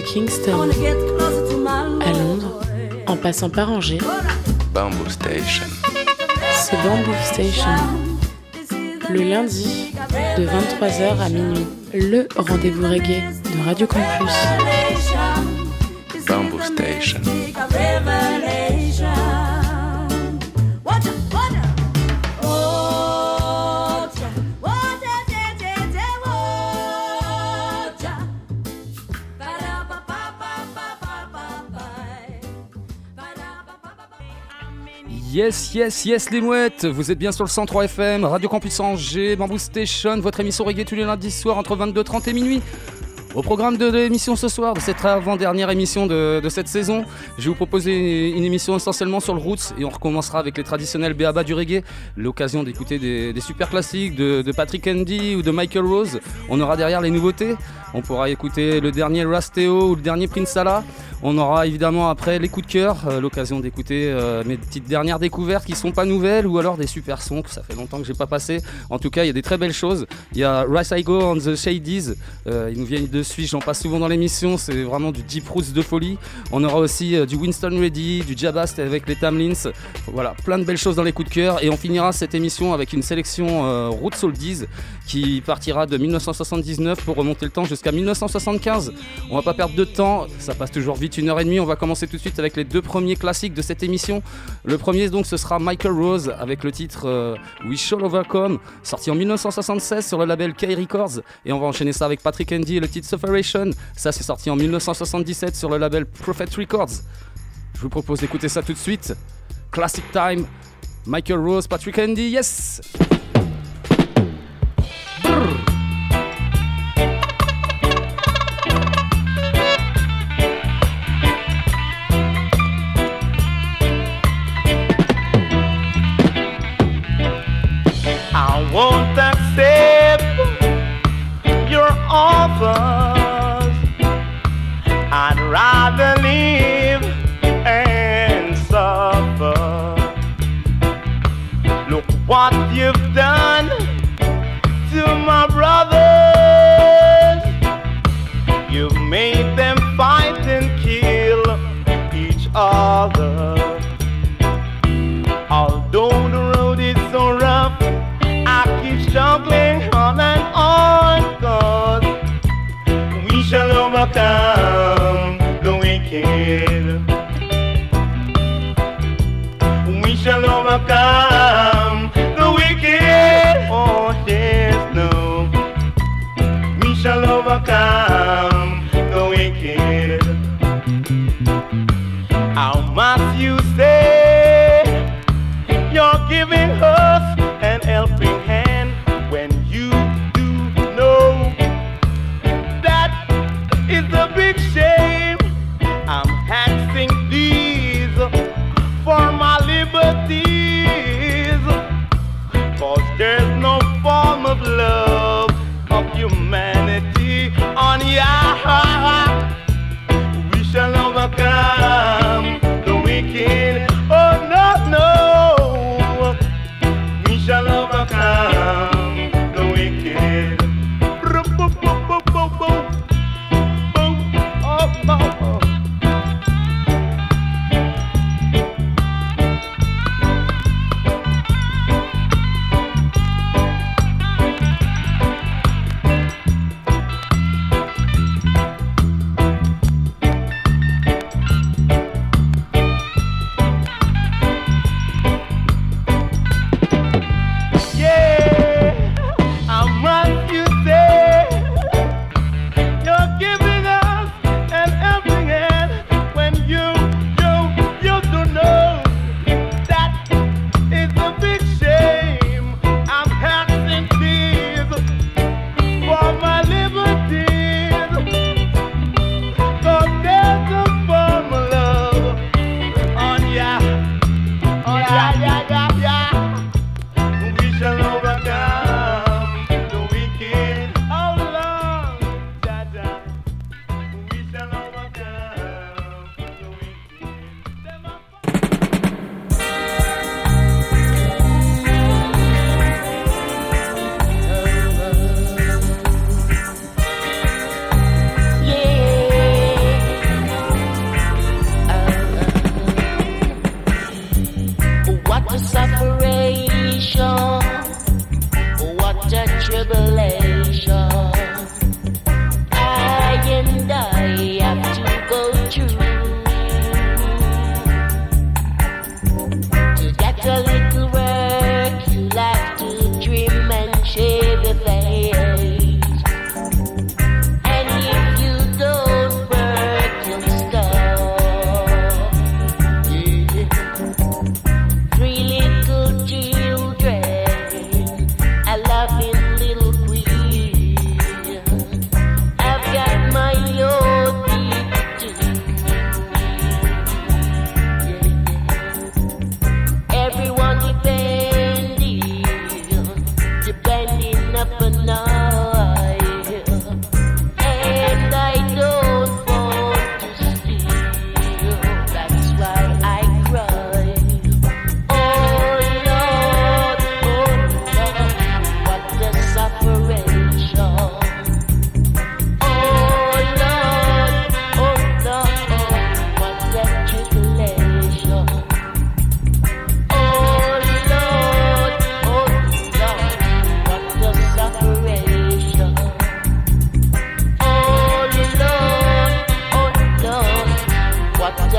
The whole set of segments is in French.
Kingston, à Londres, en passant par Angers, Bamboo Station. c'est Bamboo Station. Le lundi, de 23h à minuit, le rendez-vous reggae de Radio Campus. Bamboo Station. Yes les mouettes, vous êtes bien sur le 103 FM, Radio Campus Angers, Bamboo Station, votre émission reggae tous les lundis soirs entre 22h30 et minuit. Au programme de l'émission ce soir, de cette avant-dernière émission de cette saison, je vais vous proposer une émission essentiellement sur le roots et on recommencera avec les traditionnels b.a.-ba du reggae, l'occasion d'écouter des super classiques de Patrick Henry ou de Michael Rose. On aura derrière les nouveautés, on pourra écouter le dernier Rasteo ou le dernier Prince Salah. On aura évidemment après les coups de cœur, l'occasion d'écouter mes petites dernières découvertes qui sont pas nouvelles ou alors des super sons que ça fait longtemps que j'ai pas passé. En tout cas, il y a des très belles choses. Il y a Rice I Go on the Shadies, ils nous viennent de Suisse, j'en passe souvent dans l'émission, c'est vraiment du deep roots de folie. On aura aussi du Winston Reddy, du Jabast avec les Tamlins. Voilà, plein de belles choses dans les coups de cœur et on finira cette émission avec une sélection Roots Oldies qui partira de 1979 pour remonter le temps jusqu'à 1975. On va pas perdre de temps, ça passe toujours vite. 1h30, on va commencer tout de suite avec les deux premiers classiques de cette émission. Le premier donc ce sera Michael Rose avec le titre We Shall Overcome, sorti en 1976 sur le label K Records, et on va enchaîner ça avec Patrick Henry et le titre Sufferation. Ça c'est sorti en 1977 sur le label Prophet Records. Je vous propose d'écouter ça tout de suite. Classic Time, Michael Rose, Patrick Henry, yes. Brrr. Won't accept your offers. I'd rather live and suffer. Look what you've done to my brothers. You've made them fight and kill each other. Although the road is so rough, I keep struggling on and on, 'cause we shall overcome the wicked. We shall overcome the wicked. Oh yes, no. We shall overcome the wicked. How must you say you're giving us an helping hand when you do know that is a big shame? I'm asking these for my liberties, 'cause there's no form of love of humanity on your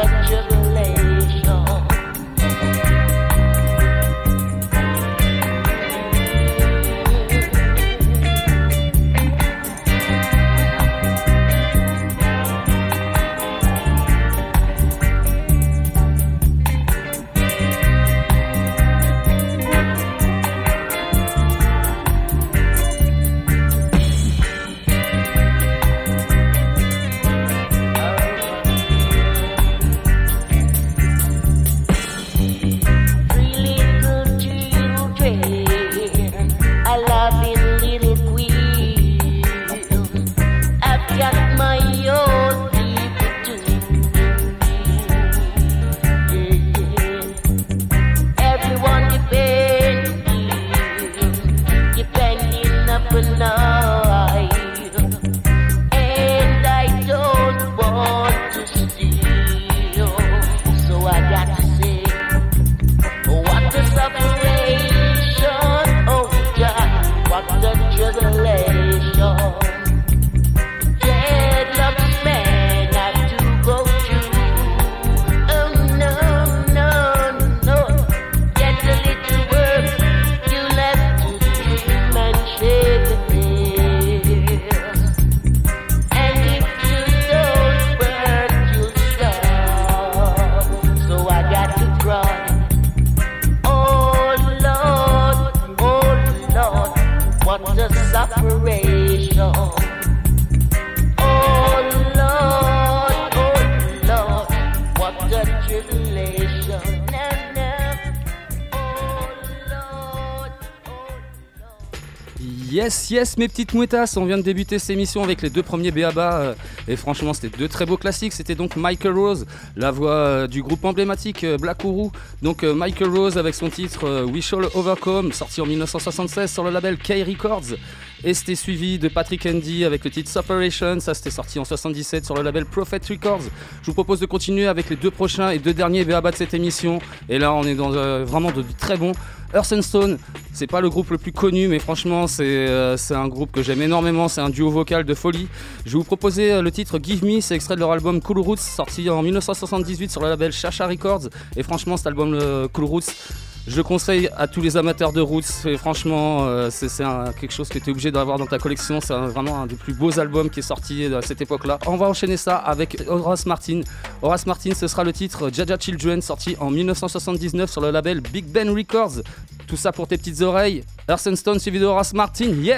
Yes, mes petites mouettasses, on vient de débuter cette émission avec les deux premiers B.A.B.A. Et franchement, c'était deux très beaux classiques. C'était donc Michael Rose, la voix du groupe emblématique Black Uhuru. Donc Michael Rose avec son titre We Shall Overcome, sorti en 1976 sur le label K Records. Et c'était suivi de Patrick Hendy avec le titre Separation, ça c'était sorti en 77 sur le label Prophet Records. Je vous propose de continuer avec les deux prochains et deux derniers B.A.B.A. de cette émission. Et là, on est dans vraiment de très bons. Earth and Stone, c'est pas le groupe le plus connu, mais franchement, c'est un groupe que j'aime énormément. C'est un duo vocal de folie. Je vais vous proposer le titre Give Me, c'est extrait de leur album Cool Roots, sorti en 1978 sur le label Chacha Records. Et franchement, cet album Cool Roots, je le conseille à tous les amateurs de roots. Et franchement, c'est quelque chose que tu es obligé d'avoir dans ta collection. C'est vraiment un des plus beaux albums qui est sorti à cette époque-là. On va enchaîner ça avec Horace Martin. Horace Martin, ce sera le titre Jaja Children, sorti en 1979 sur le label Big Ben Records. Tout ça pour tes petites oreilles. Earth and Stone suivi de Horace Martin. Yeah!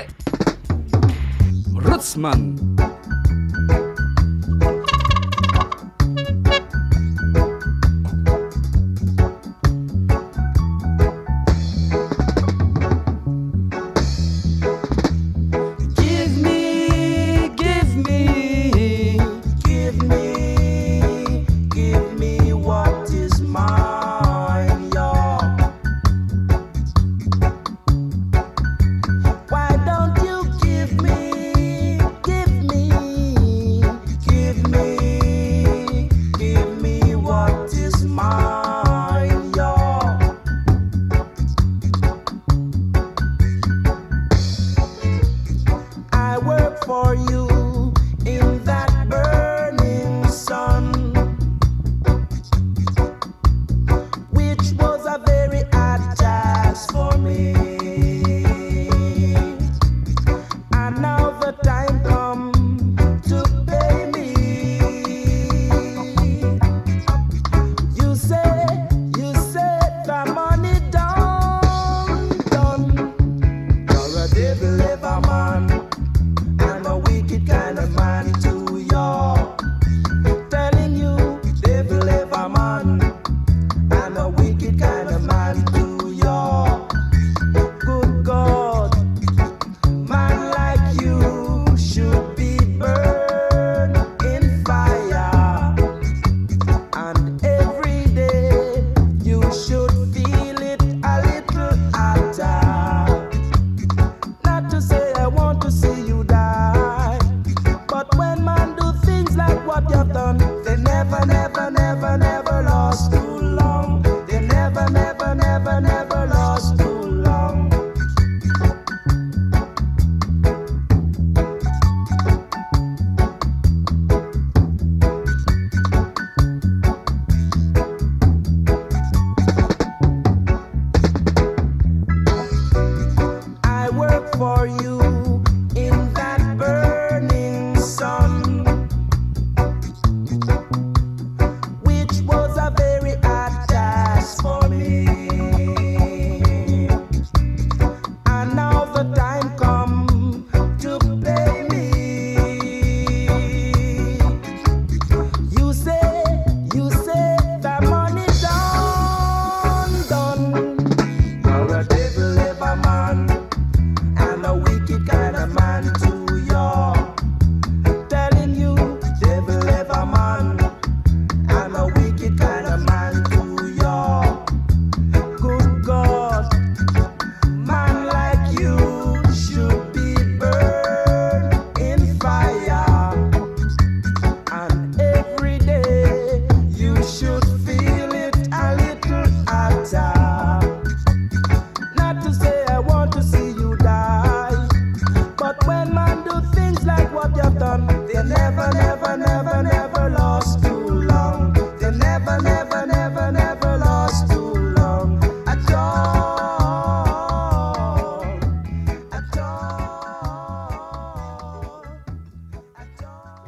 Rootsman. Why don't you give me should feel it a little hotter. Not to say I want to see you die, but when man do things like what you've done, they never, never, never, never lost too long. They never, never, never, never lost too long at all. At all. At all.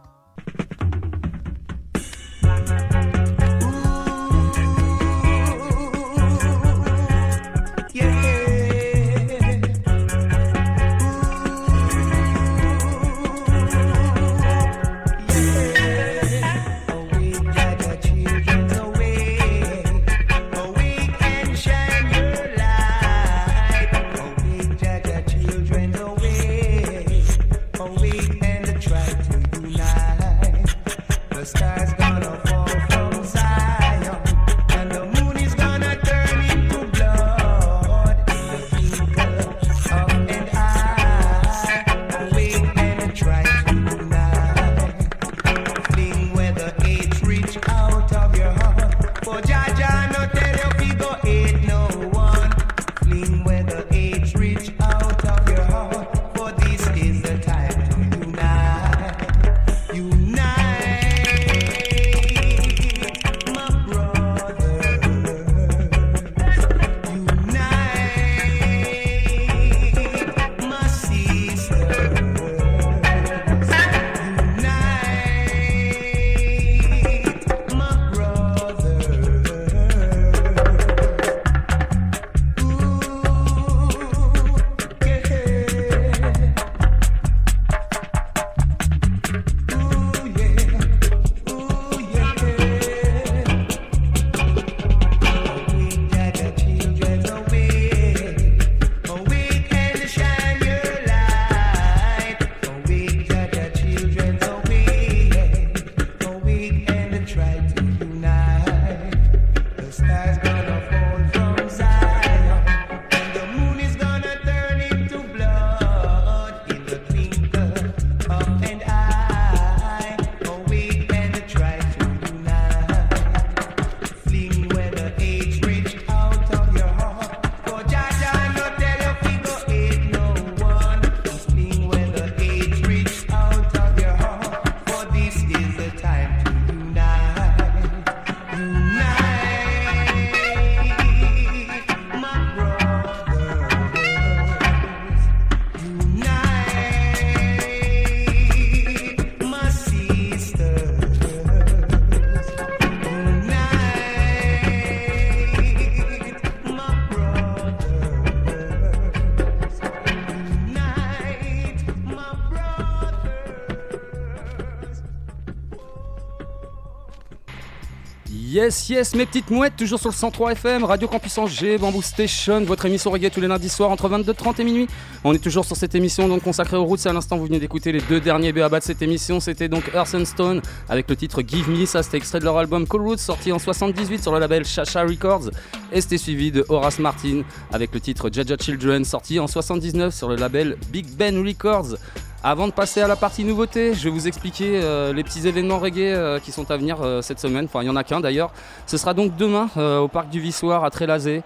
Yes, mes petites mouettes, toujours sur le 103 FM, Radio Campus Angers, Bamboo Station, votre émission reggae tous les lundis soirs entre 22h30 et minuit. On est toujours sur cette émission donc consacrée aux roots. À l'instant, vous venez d'écouter les deux derniers B.A.B.A. de cette émission. C'était donc Earth and Stone avec le titre Give Me. Ça, c'était extrait de leur album Cool Roots, sorti en 78 sur le label Chacha Records. Et c'était suivi de Horace Martin avec le titre Jaja Children, sorti en 79 sur le label Big Ben Records. Avant de passer à la partie nouveauté, je vais vous expliquer les petits événements reggae qui sont à venir cette semaine. Enfin, il n'y en a qu'un d'ailleurs. Ce sera donc demain au Parc du Vissoir à Trélazé.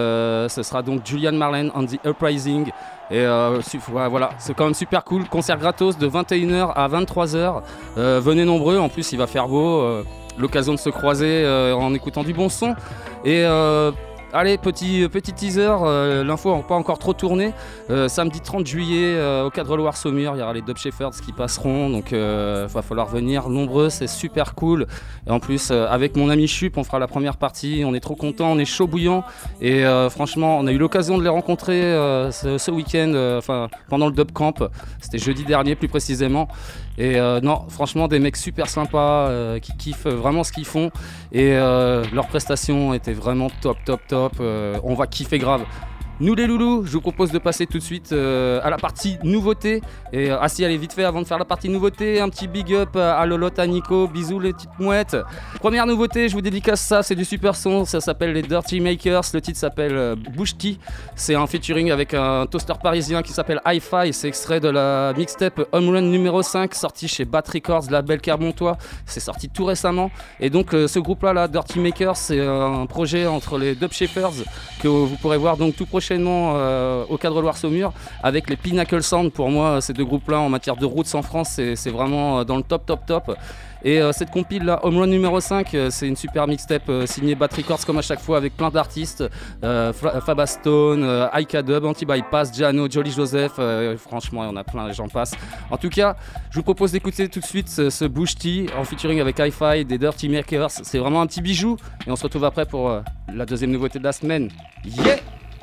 Ce sera donc Julian Marlin and the Uprising. Et voilà, c'est quand même super cool. Concert gratos de 21h à 23h. Venez nombreux, en plus il va faire beau. L'occasion de se croiser en écoutant du bon son. Et allez, petit teaser, l'info n'a pas encore trop tourné. Samedi 30 juillet, au Cadre Loire Saumur, il y aura les Dub Shepherds qui passeront. Donc va falloir venir nombreux, c'est super cool. Et en plus, avec mon ami Chup, on fera la première partie. On est trop contents, on est chaud bouillant. Et franchement, on a eu l'occasion de les rencontrer ce week-end, pendant le Dub Camp. C'était jeudi dernier plus précisément. Et non, franchement, des mecs super sympas qui kiffent vraiment ce qu'ils font. Et leurs prestations étaient vraiment top. On va kiffer grave. Nous les loulous, je vous propose de passer tout de suite à la partie nouveauté. Et si allez vite fait avant de faire la partie nouveauté, un petit big up à Lolotte, à Nico, bisous les petites mouettes. Première nouveauté, je vous dédicace ça, c'est du super son, ça s'appelle les Dirty Makers, le titre s'appelle Bushti. C'est un featuring avec un toaster parisien qui s'appelle Hi-Fi, c'est extrait de la mixtape Home Run numéro 5, sorti chez Bat Records, label Clermontois, c'est sorti tout récemment. Et donc ce groupe-là, Dirty Makers, c'est un projet entre les Dub Shapers que vous pourrez voir donc tout prochainement au Cadre Loire Saumur avec les Pinnacle Sound. Pour moi, ces deux groupes-là en matière de roots en France, c'est vraiment dans le top. Et cette compile là, Home Run numéro 5, c'est une super mixtape signée Bat Records comme à chaque fois avec plein d'artistes, Fabastone, Aika Dub, Anti-Bypass, Jano, Jolly Joseph, franchement il y en a plein, j'en passe. En tout cas, je vous propose d'écouter tout de suite ce Bushti en featuring avec Hi-Fi des Dirty Makers, c'est vraiment un petit bijou et on se retrouve après pour la deuxième nouveauté de la semaine. Yeah!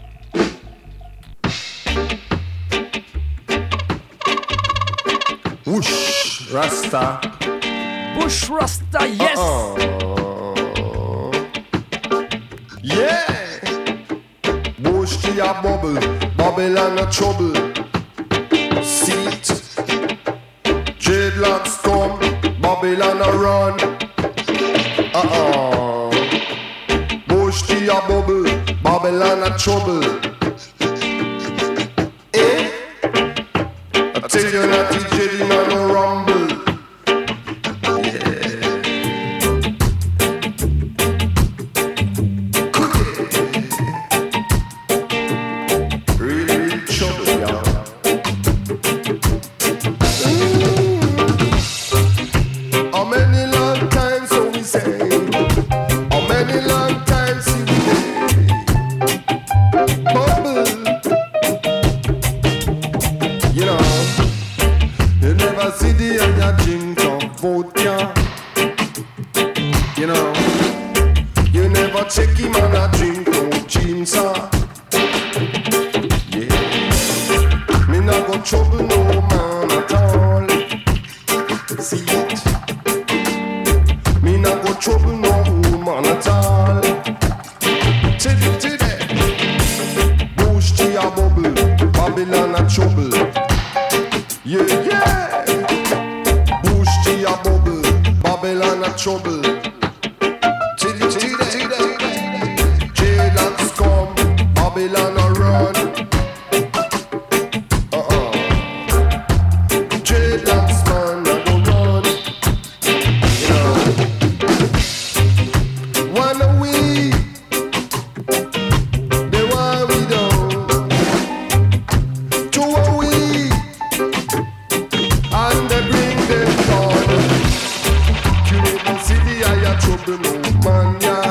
Whoosh, Rasta. Bush Rasta, yes! Yeah! Bush to your bubble, Babylon a trouble. Seat. Dreadlocks come, Babylon a run. Bush to your bubble, Babylon a trouble. I tell you not to Jedi man no rumble. Yeah. Really trouble, y'all. How many long times so we say? How many long times we say? Bubble. You know. You never see the and you drink of vodka. You know, you never check him and a drink no jeans. Yeah, me not go trouble no man at all. See it? Me not go trouble no woman at all. Till Bush to your bubble, Babylon a trouble. Yeah, Bush to your bubble, Babylon a trouble. Dreadlocks come, Babylon a run. Dreadlocks man a go run. You know, one we, the one we don't. Two we. And they bring them down. Curate city, I a trouble no man, yeah.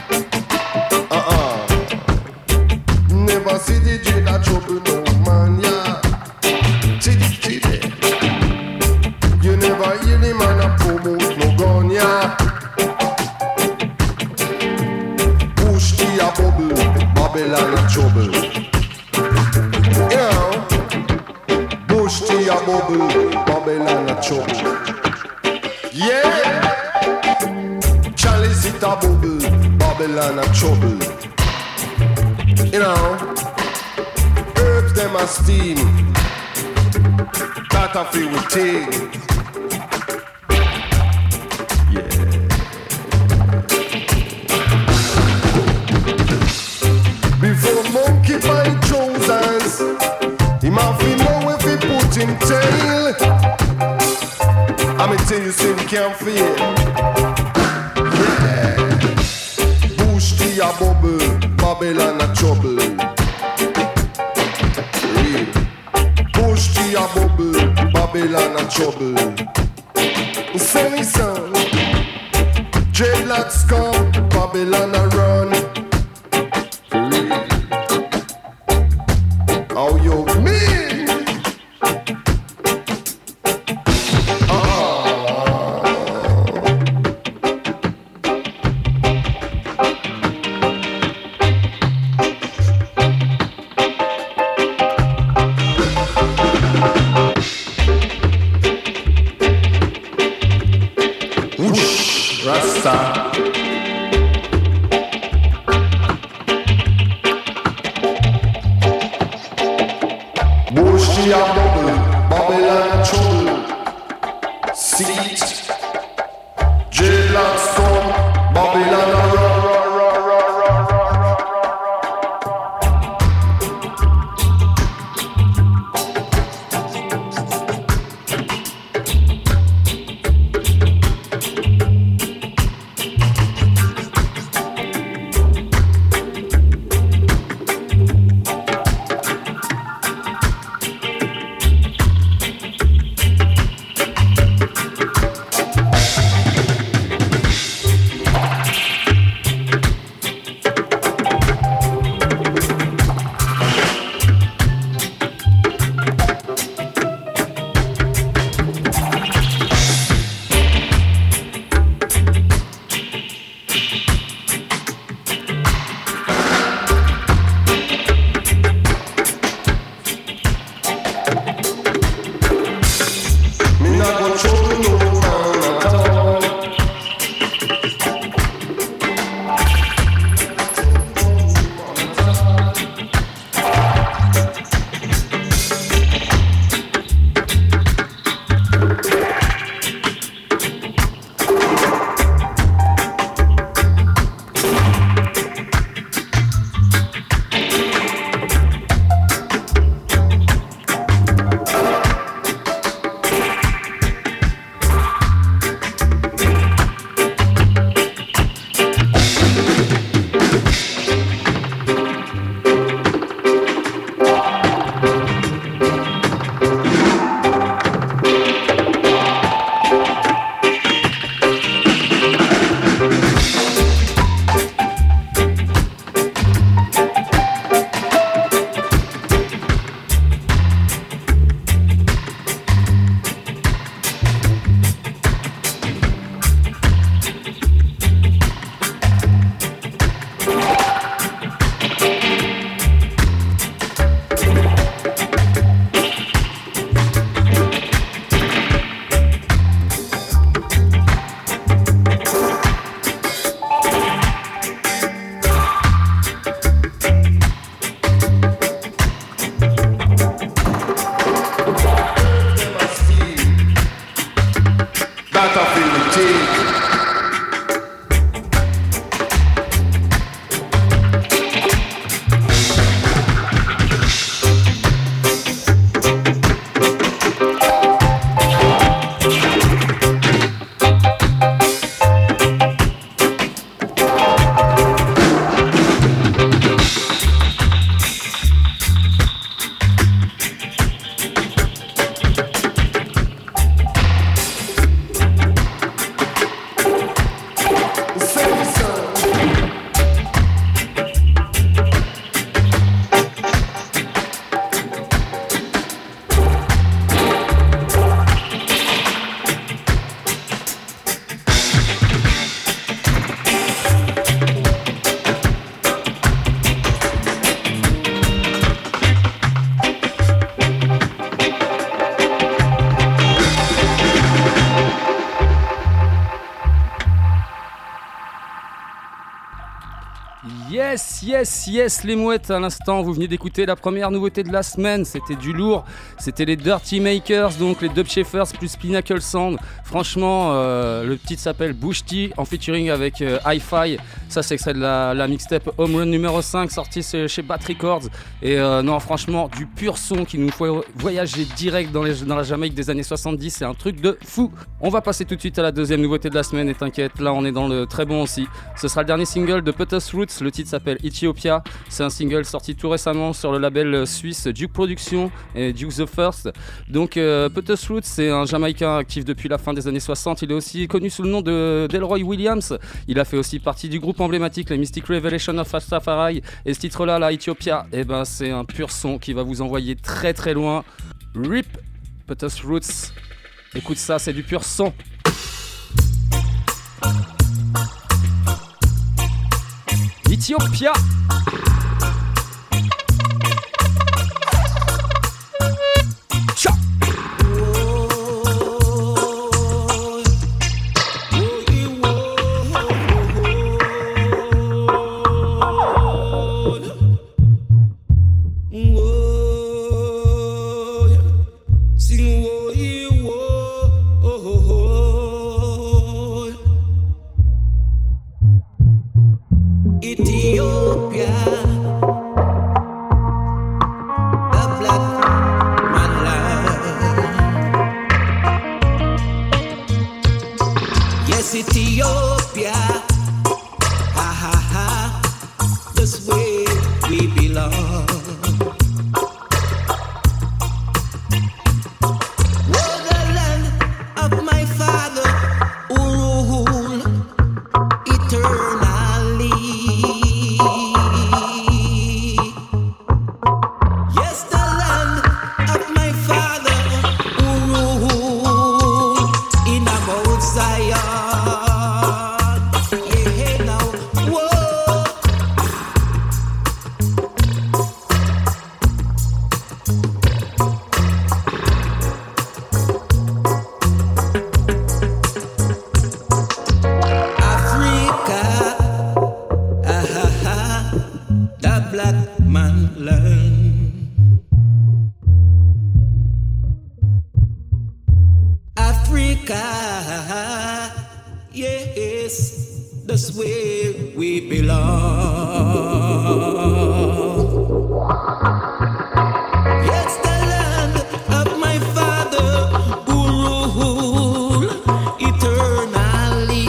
Never see the dread a trouble no man, yeah. Chitty. You never hear the man a promote no gun, yeah. Push to your bubble, Babylon a trouble. Yeah. Push to your bubble, Babylon a trouble. Yeah, Chalice it a bubble, Babylon a trouble. You know, herbs them a steam, that a feel with tea. Yeah. Before monkey buy trousers, he might feel know if he put in tail. I'ma tell you, say we can't feel. Yeah. Bush to your bubble, Babylon a trouble. Real. Bush to your bubble, Babylon a trouble. Say me son, dreadlocks come, Babylon a run. Real. How you mean? Rasta. Yes, les mouettes, à l'instant, vous venez d'écouter la première nouveauté de la semaine, c'était du lourd, c'était les Dirty Makers, donc les Dub Shapers plus Pinnacle Sound. Franchement, le titre s'appelle Bush T en featuring avec Hi-Fi, ça c'est extrait de la mixtape Home Run numéro 5 sortie chez Bat Records. Et non, franchement, du pur son qui nous fait voyager direct dans la Jamaïque des années 70, c'est un truc de fou. On va passer tout de suite à la deuxième nouveauté de la semaine, et t'inquiète, là on est dans le très bon aussi. Ce sera le dernier single de Putus Roots, le titre s'appelle Ethiopia. C'est un single sorti tout récemment sur le label suisse Duke Productions et Duke the First. Donc Putus Roots, c'est un Jamaïcain actif depuis la fin des années 60. Il est aussi connu sous le nom de Delroy Williams. Il a fait aussi partie du groupe emblématique les Mystic Revelation of Rastafari. Et ce titre-là, la Ethiopia, c'est un pur son qui va vous envoyer très très loin. RIP Putus Roots. Écoute ça, c'est du pur son. Ethiopia. Tcha. Ethiopia, the black man land. Yes, Ethiopia, ha ha ha, this way we belong. Oh, the land of my father, who rule eternally. Yes, the land of my father who rule in Mount Zion. Yeah, now, whoa. Africa, the black man learn. Africa, yes, that's where we belong. Yes, the land of my father who rule eternally.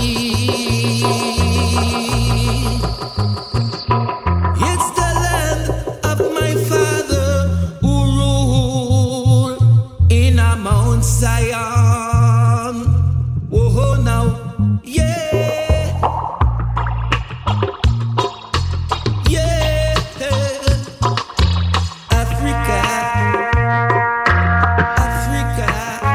It's the land of my father who rule in a Mount Zion. Oh, now, yeah, yeah, Africa, Africa.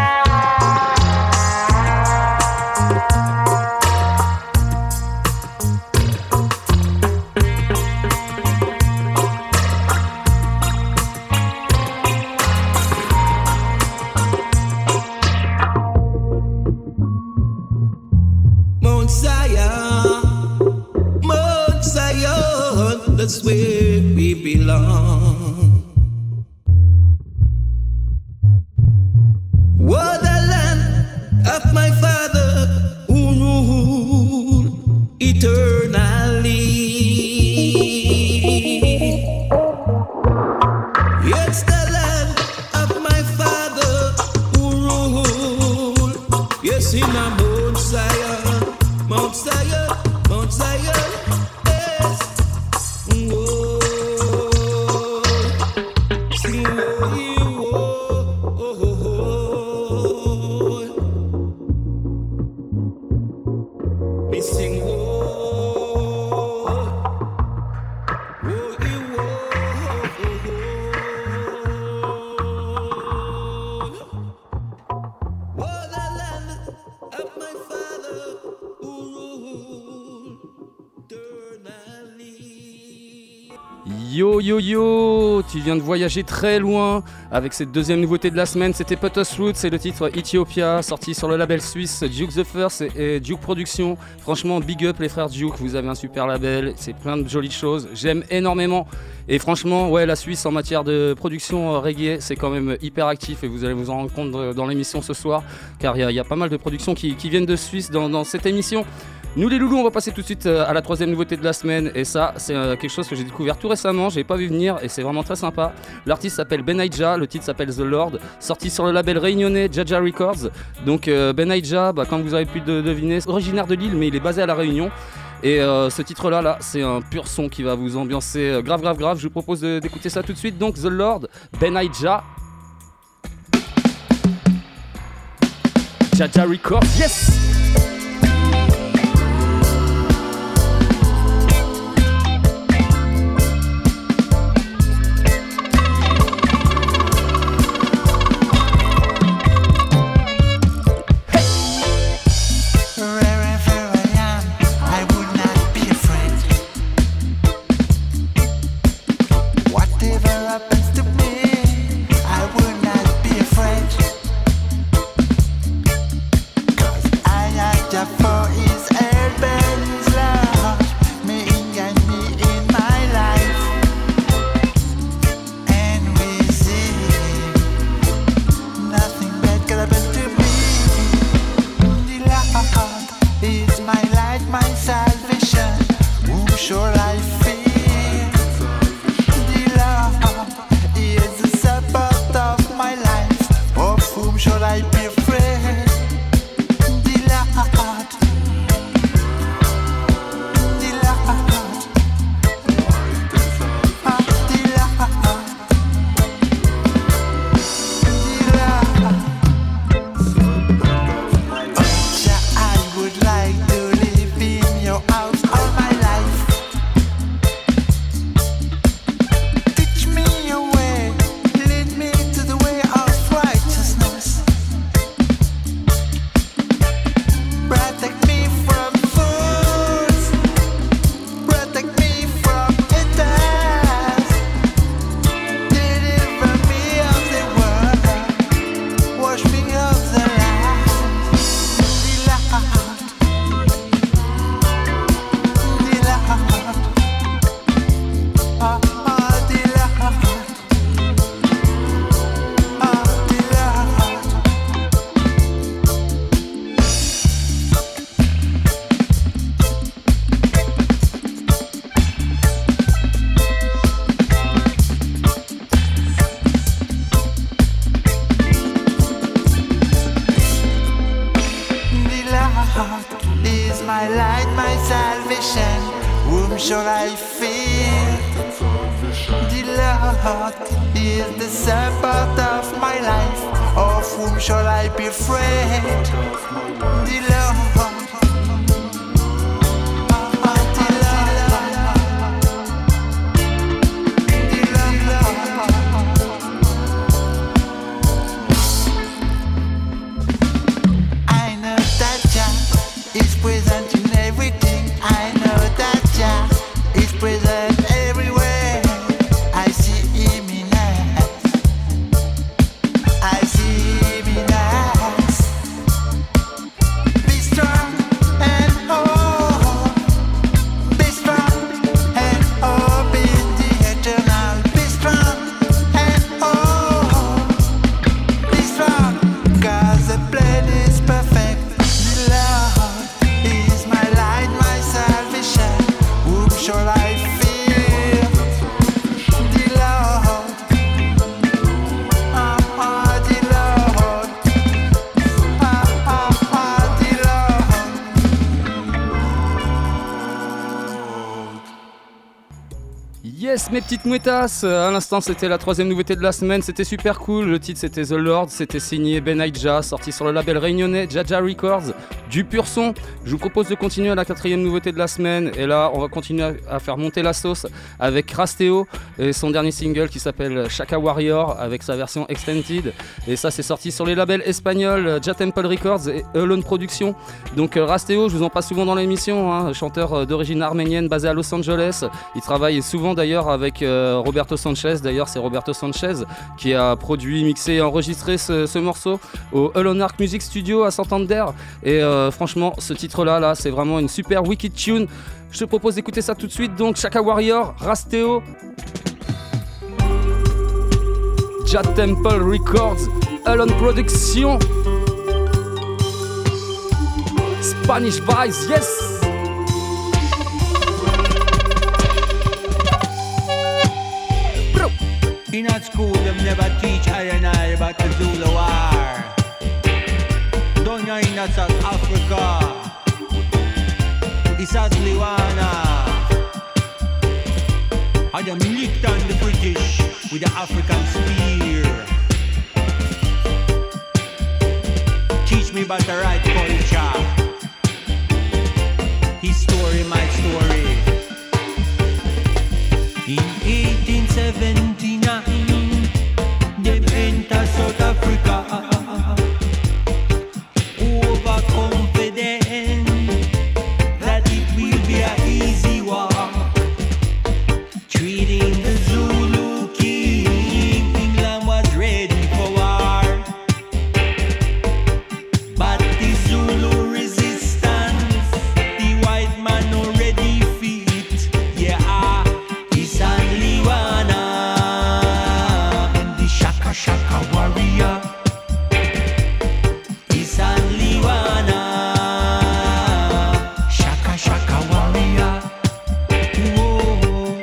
Mount Zion, that's where we belong. Oh, the land of my father who rule eternally. It's the land of my father who rule, yes, in a Mount Zion, Mount Zion, Mount Zion, yes. Whoa. Yo yo yo, tu viens de voyager très loin avec cette deuxième nouveauté de la semaine, c'était Potos Roots, c'est le titre Ethiopia, sorti sur le label suisse Duke the First et Duke Productions. Franchement, big up les frères Duke, vous avez un super label, c'est plein de jolies choses, j'aime énormément. Et franchement, ouais, la Suisse en matière de production reggae, c'est quand même hyper actif et vous allez vous en rendre compte dans l'émission ce soir, car il y a pas mal de productions qui viennent de Suisse dans cette émission. Nous les loulous, on va passer tout de suite à la troisième nouveauté de la semaine et ça c'est quelque chose que j'ai découvert tout récemment, j'ai pas vu venir et c'est vraiment très sympa. L'artiste s'appelle Benayja, le titre s'appelle The Lord, sorti sur le label réunionnais Jaja Records. Donc Benayja, comme vous avez pu deviner, originaire de Lille mais il est basé à La Réunion. Et ce titre là c'est un pur son qui va vous ambiancer grave. Je vous propose d'écouter ça tout de suite. Donc The Lord, Benayja, Jaja Records, yes. Yes, mes petites mouettasses, à l'instant c'était la troisième nouveauté de la semaine, c'était super cool, le titre c'était The Lord, c'était signé Benayja, sorti sur le label réunionnais Jaja Records, du pur son. Je vous propose de continuer à la quatrième nouveauté de la semaine, et là on va continuer à faire monter la sauce avec Rasteo et son dernier single qui s'appelle Chaka Warrior avec sa version extended, et ça c'est sorti sur les labels espagnols Ja Temple Records et Alone Productions. Donc Rasteo, je vous en passe souvent dans l'émission, chanteur d'origine arménienne basé à Los Angeles, il travaille souvent également d'ailleurs avec Roberto Sanchez. D'ailleurs, c'est Roberto Sanchez qui a produit, mixé et enregistré ce morceau au Alone Arc Music Studio à Santander. Et franchement, ce titre-là, c'est vraiment une super wicked tune. Je te propose d'écouter ça tout de suite. Donc, Chaka Warrior, Rasteo, Jad Temple Records, Alone Production, Spanish Vice, yes! In at school, them never teach I and I about the Zulu war. Down here in South Africa, it's at Liwana. I them licked on the British with the African spear. Teach me about the right culture. His story, my story. In 1879, they enter South Africa, overconfident that it will be an easy war. Treating the Zulu king, England was ready for war. But the Zulu resistance, the white man already defeat. Yeah, it's only one and the Shaka Shaka warrior. It's only one Shaka Shaka warrior. Whoa.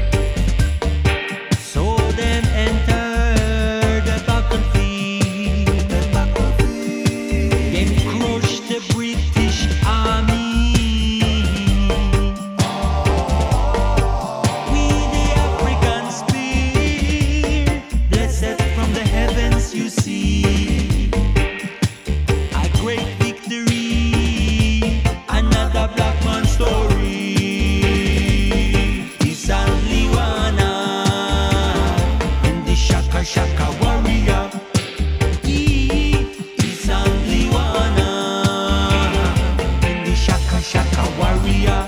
So them enter the battlefield. Them crush the British army. With the African spear, blessed from the heavens you see. A great victory, another black man story. It's only one in the Shaka Shaka warrior. It's only one in the Shaka Shaka warrior.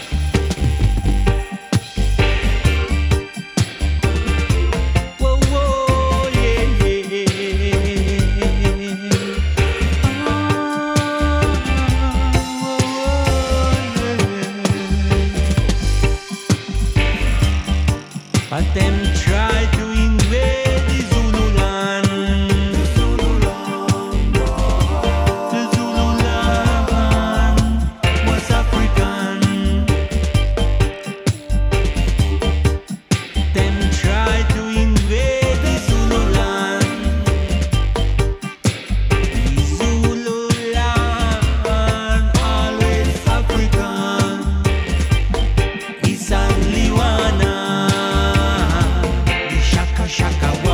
Whoa, whoa, yeah, But them try to invade the Zulu land. The Zulu land was African. Them try to invade the Zulu land. The Zulu land always African. It's only one. The Shaka Shaka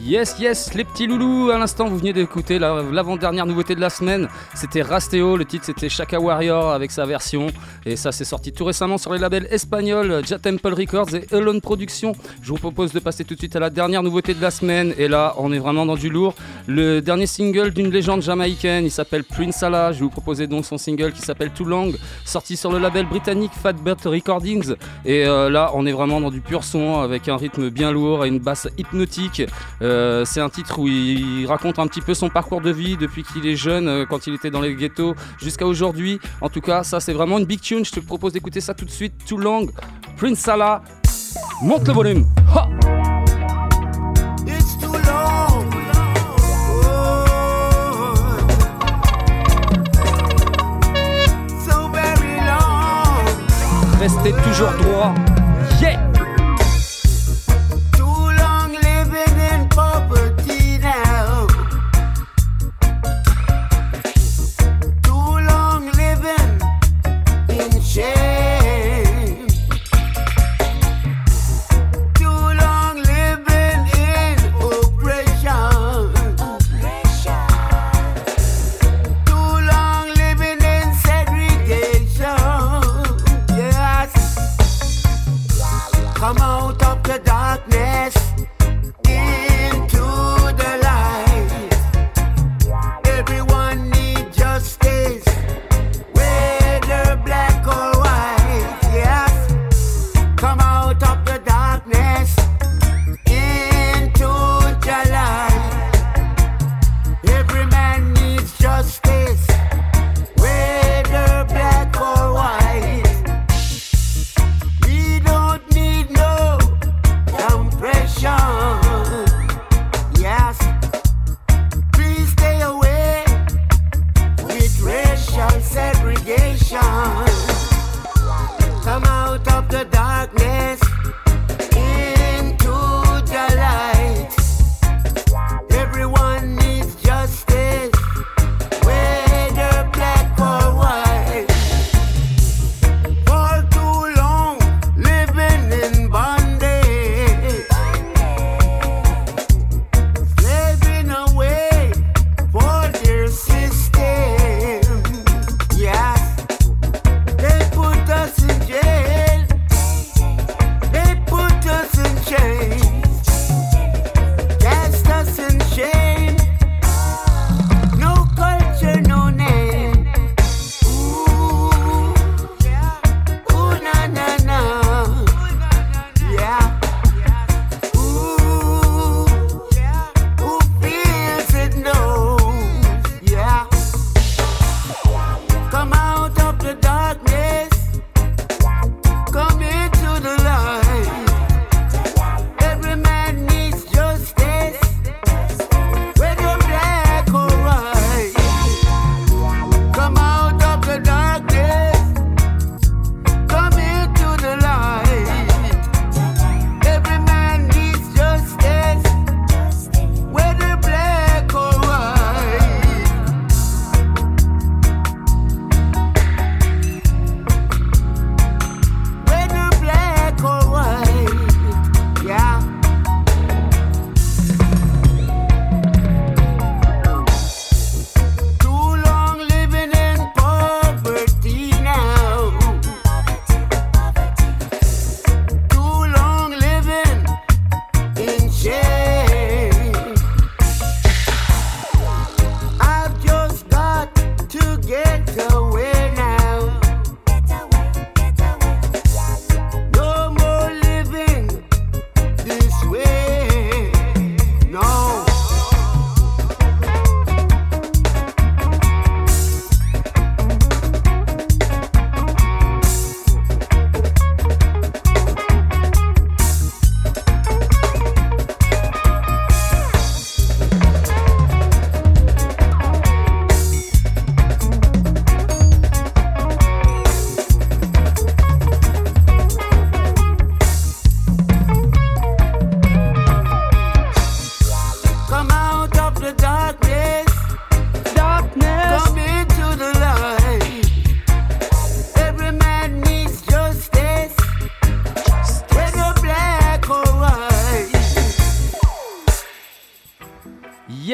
Yes, les petits loulous. À l'instant, vous venez d'écouter l'avant-dernière nouveauté de la semaine. C'était Rasteo, le titre c'était Chaka Warrior avec sa version. Et ça, c'est sorti tout récemment sur les labels espagnols Ja Temple Records et Alone Productions. Je vous propose de passer tout de suite à la dernière nouveauté de la semaine. Et là, on est vraiment dans du lourd. Le dernier single d'une légende jamaïcaine, il s'appelle Prince Allah. Je vais vous proposer donc son single qui s'appelle Too Long, sorti sur le label britannique Fatbird Recordings. Et là, on est vraiment dans du pur son avec un rythme bien lourd et une basse hypnotique. C'est un titre où il raconte un petit peu son parcours de vie depuis qu'il est jeune, quand il était dans les ghettos, jusqu'à aujourd'hui. En tout cas, ça c'est vraiment une big tune. Je te propose d'écouter ça tout de suite. Too Long, Prince Allah. Monte le volume. Ha! It's too long. Oh, so very long. Restez toujours droit. Yeah!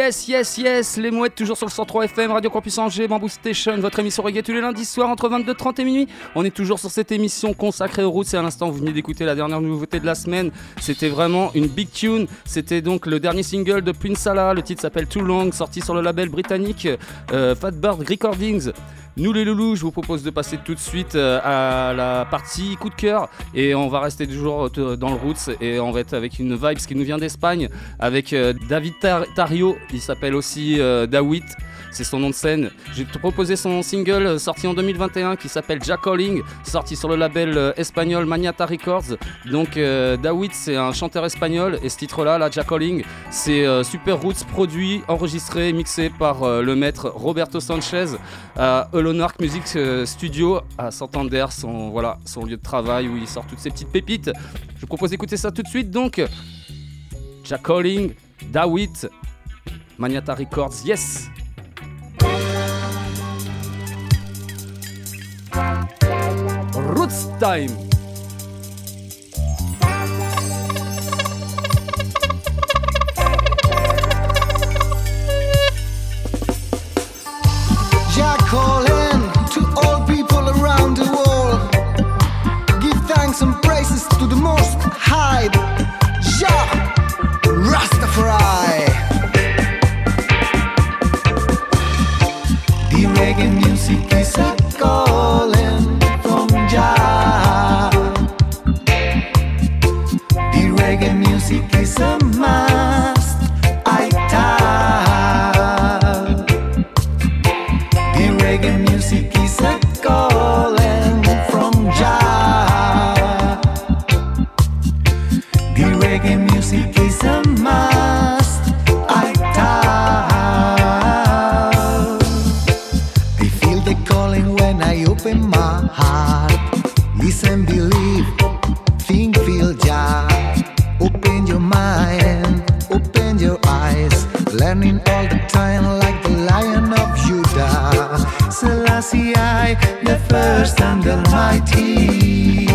Yes, les mouettes toujours sur le 103 FM, Radio Campus Angers, Bamboo Station, votre émission reggae tous les lundis soirs entre 22h30 et minuit. On est toujours sur cette émission consacrée aux roots et à l'instant vous venez d'écouter la dernière nouveauté de la semaine. C'était vraiment une big tune, c'était donc le dernier single de Prince Salah, le titre s'appelle Too Long, sorti sur le label britannique Fatbird Recordings. Nous les loulous, je vous propose de passer tout de suite à la partie coup de cœur et on va rester toujours dans le roots et on va être avec une vibe qui nous vient d'Espagne avec David Tario, il s'appelle aussi Dawit. C'est son nom de scène. Je vais te proposer son single sorti en 2021 qui s'appelle Jack Calling, sorti sur le label espagnol Maniata Records. Donc Dawit, c'est un chanteur espagnol et ce titre-là, Jack Calling, c'est Super Roots produit, enregistré, mixé par le maître Roberto Sanchez à Elonark Music Studio à Santander, son lieu de travail où il sort toutes ses petites pépites. Je vous propose d'écouter ça tout de suite. Donc Jack Calling, Dawit, Maniata Records, yes. Roots time. Jah calling to all people around the world. Give thanks and praises to the Most High, Jah Rastafari. The reggae music is a calling from Jah. The reggae music is a must, I tell. The reggae music is a calling from Jah. The reggae music is a must, I tell. I feel the calling when I open my heart. Listen, believe, think, feel Jah. Open your mind, open your eyes. Learning all the time like the Lion of Judah. Selassie I, the first and almighty.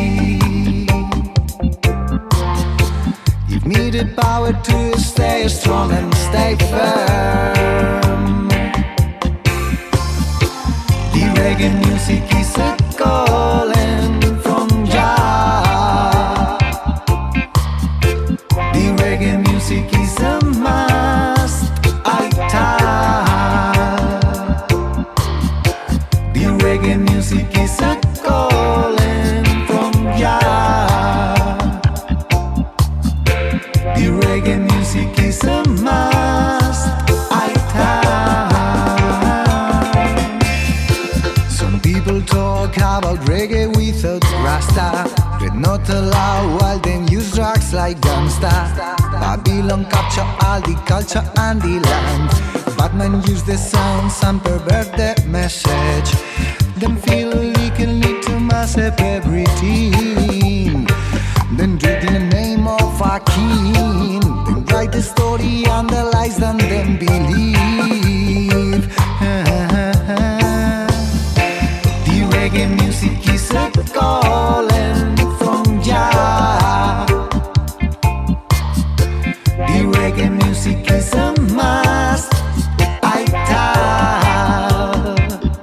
Give me the power to stay strong and stay firm. The reggae music is a calling from Jah. The reggae music is a must, I tell. The reggae music is a calling from Jah. The reggae music is a must, I tell. Some people talk about reggae without Rasta. But not allowed while them use drugs like gangsta. Babylon capture all the culture and the land. Batman use the sounds and pervert the message. Them feel we can lead to massive everything. Then do it in the name of our king. Then write the story and the lies and then believe. The reggae music is a calling from Jah. The reggae music is a must, I tell.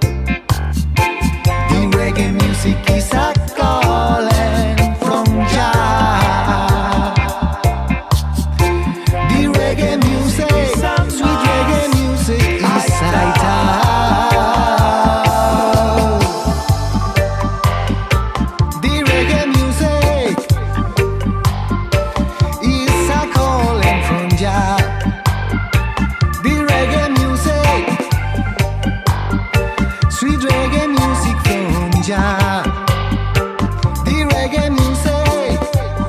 The reggae music is a calling from Jah. The reggae music, sweet reggae music is I tell. The reggae music is a calling from Jah. The reggae music, sweet reggae music from Jah. The reggae music,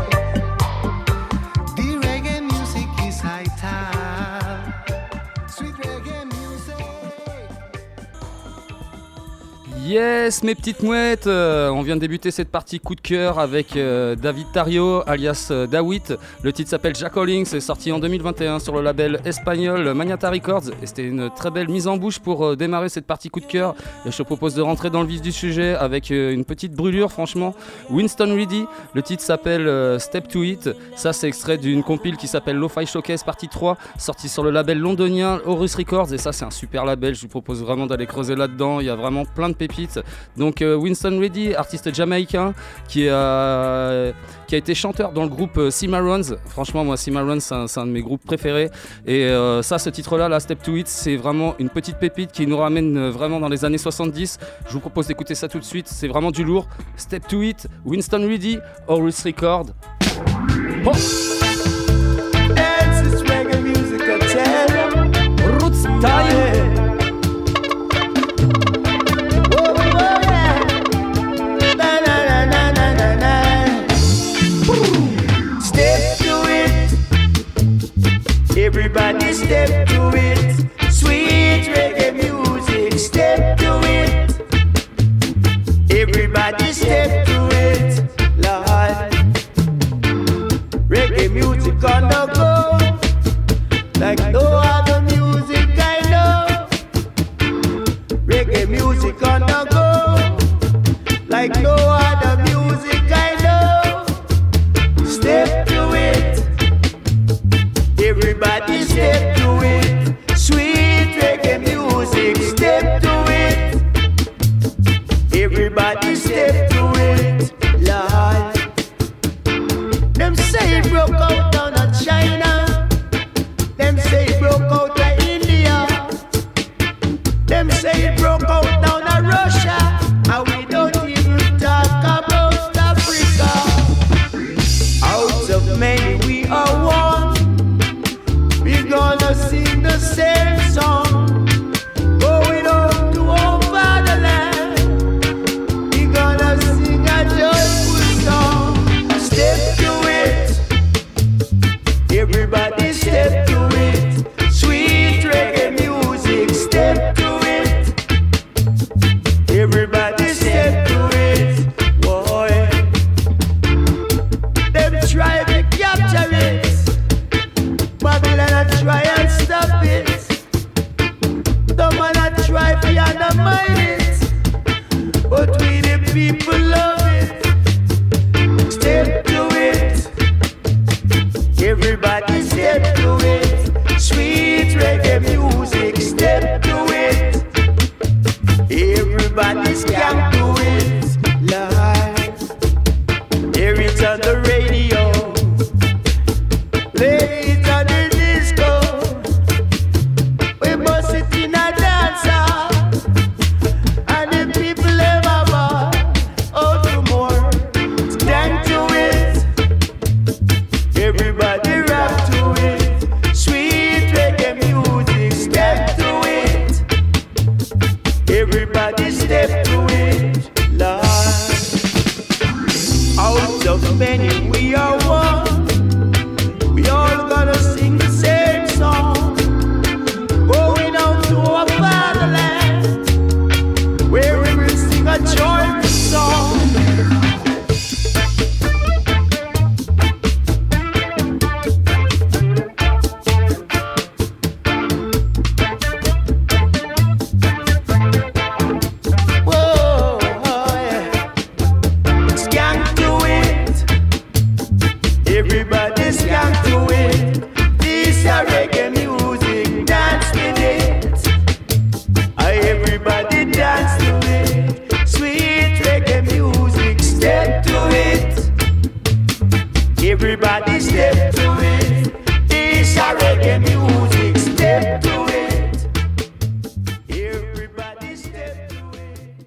the reggae music is high time. Sweet reggae music. Yes, mes petites mouettes, on vient de débuter cette partie coup de cœur avec David Tario, alias Dawit. Le titre s'appelle Jackoling, c'est sorti en 2021 sur le label espagnol Maniata Records. Et c'était une très belle mise en bouche pour démarrer cette partie coup de cœur. Et je te propose de rentrer dans le vif du sujet avec une petite brûlure, franchement. Winston Reedy, le titre s'appelle Step to It. Ça, c'est extrait d'une compile qui s'appelle Lo-Fi Showcase partie 3, sortie sur le label londonien Horus Records. Et ça, c'est un super label, je vous propose vraiment d'aller creuser là-dedans. Il y a vraiment plein de pépites. Donc Winston Reedy, artiste jamaïcain qui a été chanteur dans le groupe Cimarrons. Franchement, moi, Cimarrons, c'est un de mes groupes préférés. Et ça, ce titre-là, la Step to It, c'est vraiment une petite pépite qui nous ramène vraiment dans les années 70. Je vous propose d'écouter ça tout de suite. C'est vraiment du lourd. Step to It, Winston Reedy, Horus Records. Oh. Roots Time. Everybody step to it, sweet reggae music, step to it. Everybody step to it, Lord. Reggae music on the go, like no other music I know. Reggae music on the go, like no other music I know. Step to it. Everybody step to it, sweet reggae music, step to it. Everybody step to it, Lord. Them say it broke out down in China. Them say it broke out in India. Them say it broke out down in Russia. And we don't even talk about Africa. Out of many we are one. We're gonna sing the same song, going home to our fatherland. We're gonna sing a joyful song. Step to it, everybody step to it. Sweet reggae music, step to it. Everybody step to it, boy. Them try to capture it. Babylon I try and stop it. The man I try to undermine it. But we the people love it. Step to it. Everybody step to it. Sweet reggae music, step to it. Everybody skank to it. Live. Hear it on the radio. Play it on the disco. We bust it in a dancer. And the people ever bought out to more. Stand to it. Everybody rap to it. Sweet reggae music, step to it. Everybody step to it, Lord. Out of many we are one. We all gonna sing the same song, going out to our fatherland, where we will sing a joyful song. Whoa, yeah. Skank to it. Everybody skank to it. This a reggae music, dance with it. Everybody dance to it. Sweet reggae music, step to it. Everybody step to it. This a reggae music, step to it. Everybody step to it.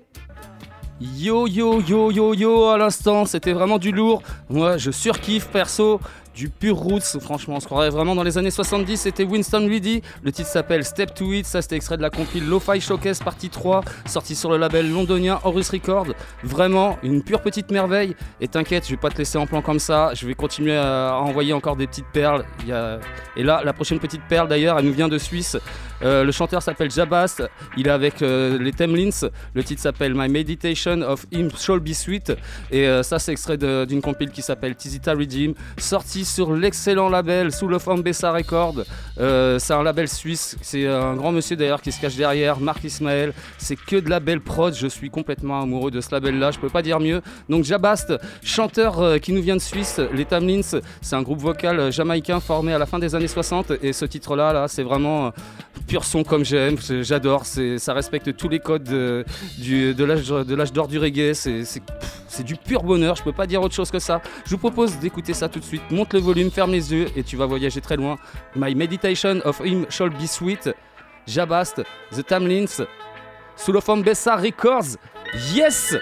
Yo yo yo yo yo à l'instant, c'était vraiment du lourd. Moi je surkiffe perso. du pur roots, franchement, on se croirait vraiment dans les années 70. C'était Winston Reedy, le titre s'appelle Step to It, ça c'était extrait de la compile Lo-Fi Showcase partie 3, sorti sur le label londonien Horus Records. Vraiment une pure petite merveille, et t'inquiète, je vais pas te laisser en plan comme ça, je vais continuer à envoyer encore des petites perles. Et là, la prochaine petite perle d'ailleurs, elle nous vient de Suisse. Le chanteur s'appelle Jabast, il est avec les Temlins, le titre s'appelle My Meditation of Him Shall Be Sweet, et ça c'est extrait d'une compile qui s'appelle Tizita Redeem, sorti sur l'excellent label Soul of Ambessa Records. C'est un label suisse, c'est un grand monsieur d'ailleurs qui se cache derrière, Marc Ismaël, c'est que de la belle prod, je suis complètement amoureux de ce label là, je peux pas dire mieux. Donc Jabast, chanteur qui nous vient de Suisse, les Tamlins, c'est un groupe vocal jamaïcain formé à la fin des années 60, et ce titre là c'est vraiment pur son comme j'aime, j'adore, ça respecte tous les codes de l'âge d'or du reggae, c'est du pur bonheur, je peux pas dire autre chose que ça. Je vous propose d'écouter ça tout de suite, monte le volume, ferme les yeux et tu vas voyager très loin. My Meditation of Him Shall Be Sweet, Jabast, The Tamlins, Soul of Ambessa Records, yes!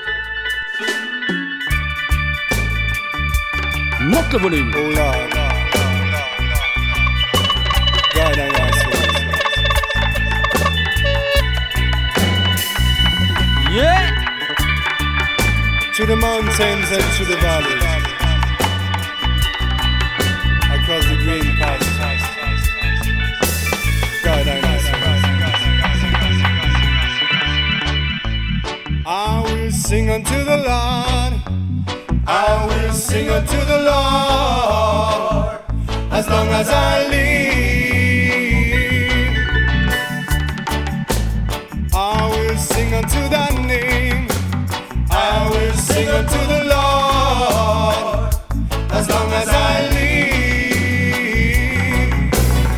Monte le volume! Oh Lord, God, I ask you. Yeah! To the mountains and to the valleys, across the green pastures, God, I ask you. I will sing unto the Lord, I will sing unto the Lord, as long as I live. I will sing unto thy name, I will sing unto the Lord, as long as I live.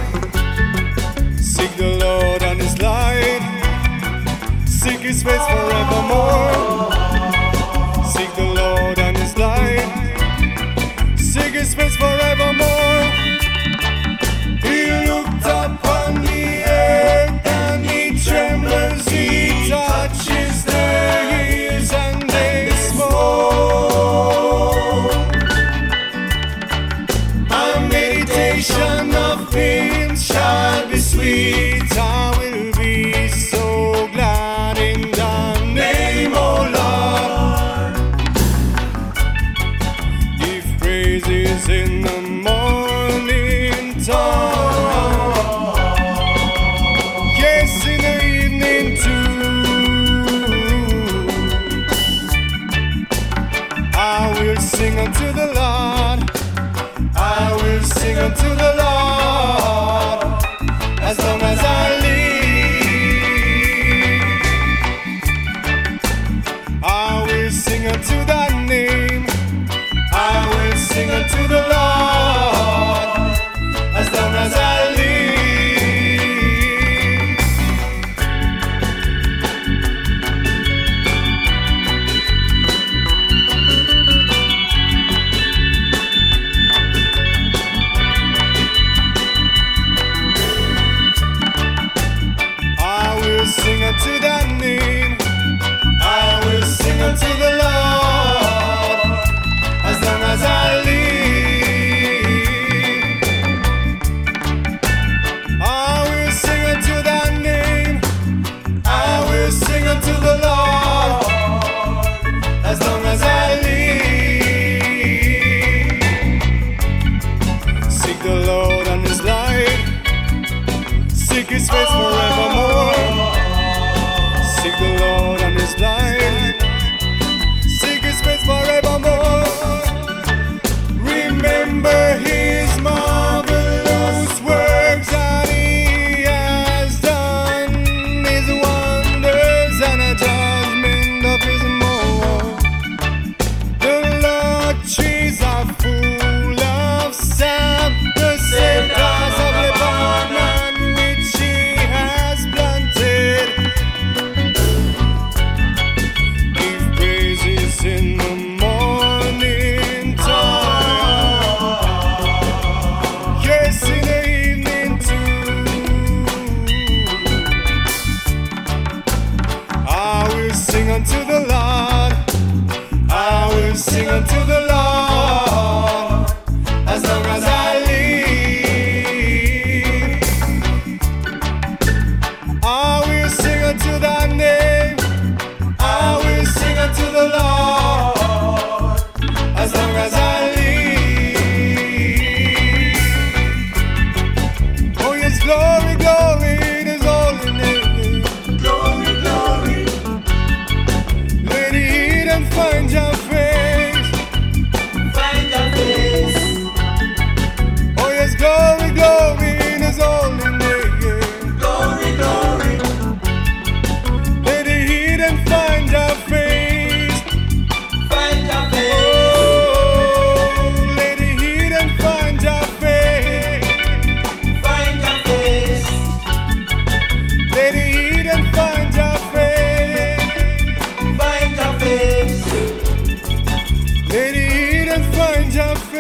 Seek the Lord and his light, seek his face forevermore. Seek the Lord and his light, seek his face forevermore. He looked upon the earth and he trembles, he touches the hills and they smoke. My meditation of him shall be sweet, I will be so glad in thy name, O Lord. Give praises in the morning time, yes, in the evening too. I will sing unto the Lord, I will sing unto the Lord, as long as I live. I will sing unto thy name, I will sing unto the Lord, as long as I live. I will sing unto thy name, I will sing unto the Lord, and find your face. Find your face. Oh yes, glory, glory in His holy name. Glory, glory. Let the heathen find your face. Find your face. Oh, let the heathen find your face. Find your face. Let the heathen find your face. Find your face. Let the heathen find your face.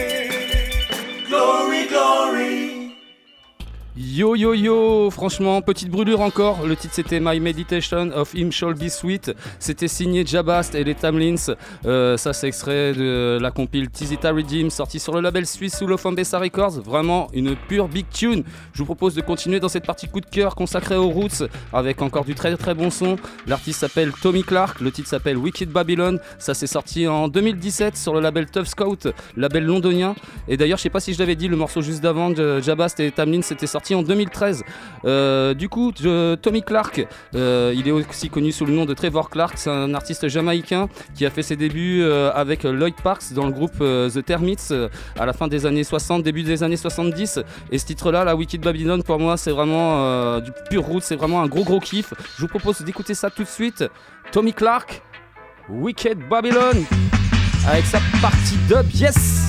Glory, glory. Yo yo yo, franchement, petite brûlure encore. Le titre c'était My Meditation of Him Shall Be Sweet. C'était signé Jabast et les Tamlins. Ça c'est extrait de la compile Tizita Redeem, sortie sur le label suisse Soul of Ambessa Records. Vraiment une pure big tune. Je vous propose de continuer dans cette partie coup de cœur consacrée aux roots avec encore du très très bon son. L'artiste s'appelle Tommy Clark, le titre s'appelle Wicked Babylon. Ça s'est sorti en 2017 sur le label Tough Scout, label londonien. Et d'ailleurs, je sais pas si je l'avais dit, le morceau juste d'avant de Jabast et les Tamlins c'était sorti en 2013. Du coup, Tommy Clark, il est aussi connu sous le nom de Trevor Clark. C'est un artiste jamaïcain qui a fait ses débuts avec Lloyd Parks dans le groupe The Termites à la fin des années 60, début des années 70. Et ce titre-là, la Wicked Babylon, pour moi, c'est vraiment du pur root. C'est vraiment un gros kiff. Je vous propose d'écouter ça tout de suite. Tommy Clark, Wicked Babylon, avec sa partie dub. Yes!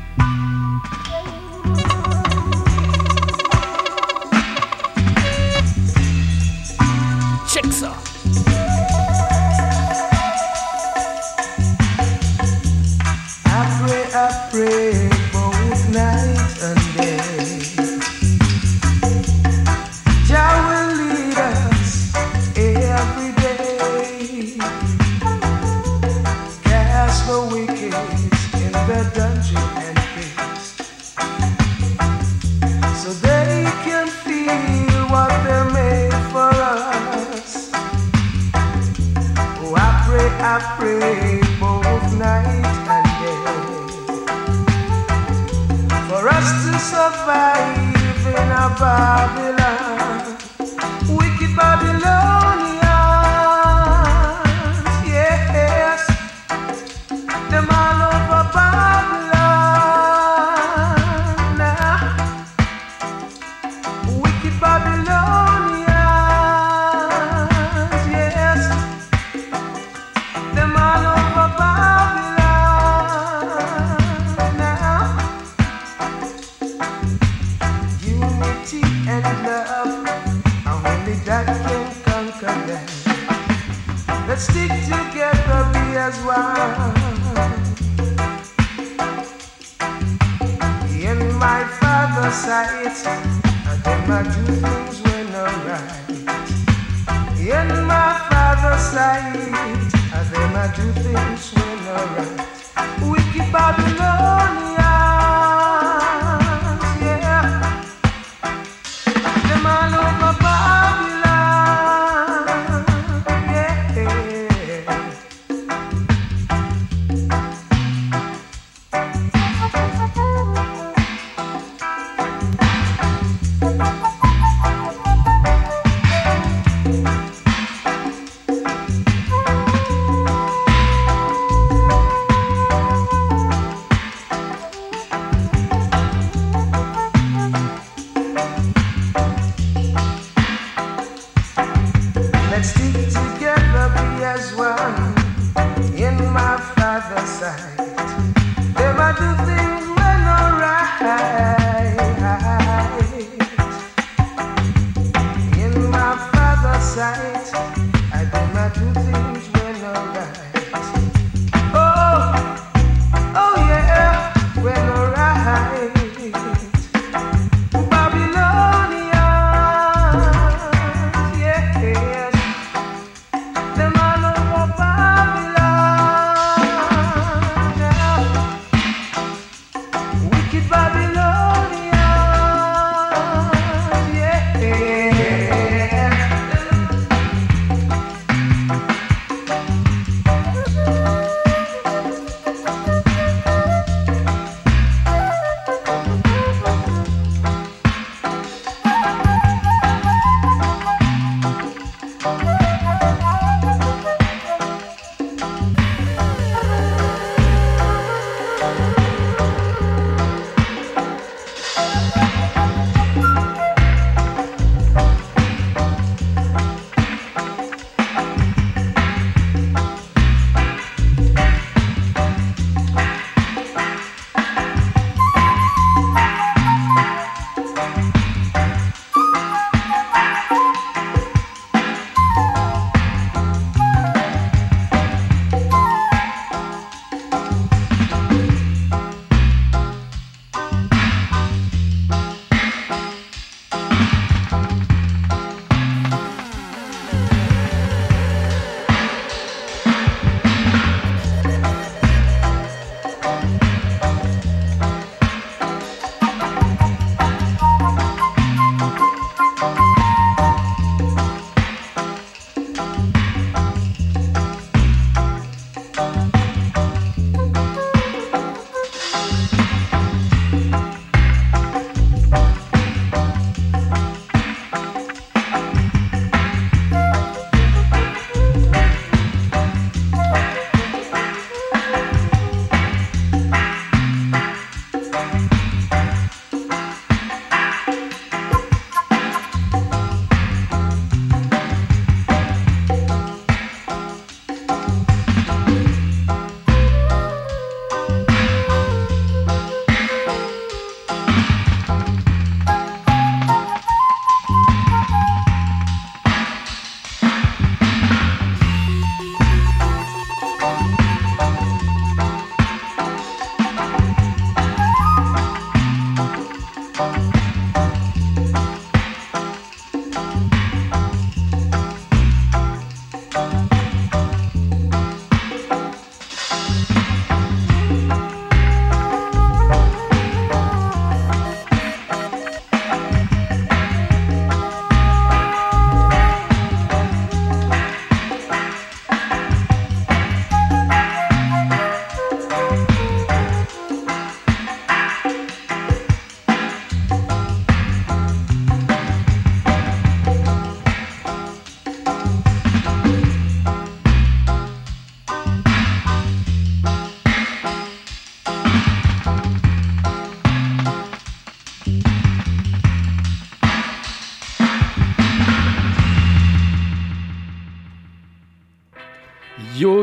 Check ça. I pray both night and day. Jah will lead us every day. Cast the wicked in the dungeon and place, so they can feel what they're made for us. Oh, I pray both night and day for us to survive in a Babylon, wicked Babylonians, yes, them all over Babylon now, wicked Babylonians, yes, them all over Babylon now. Unity and love, only that can conquer them. Let's stick together, be as one. In my Father's sight, and then I do things when I'm right. In my Father's sight, and then I do things when I'm right. Wicked Babylonians, yeah, them all over Babylon, yeah.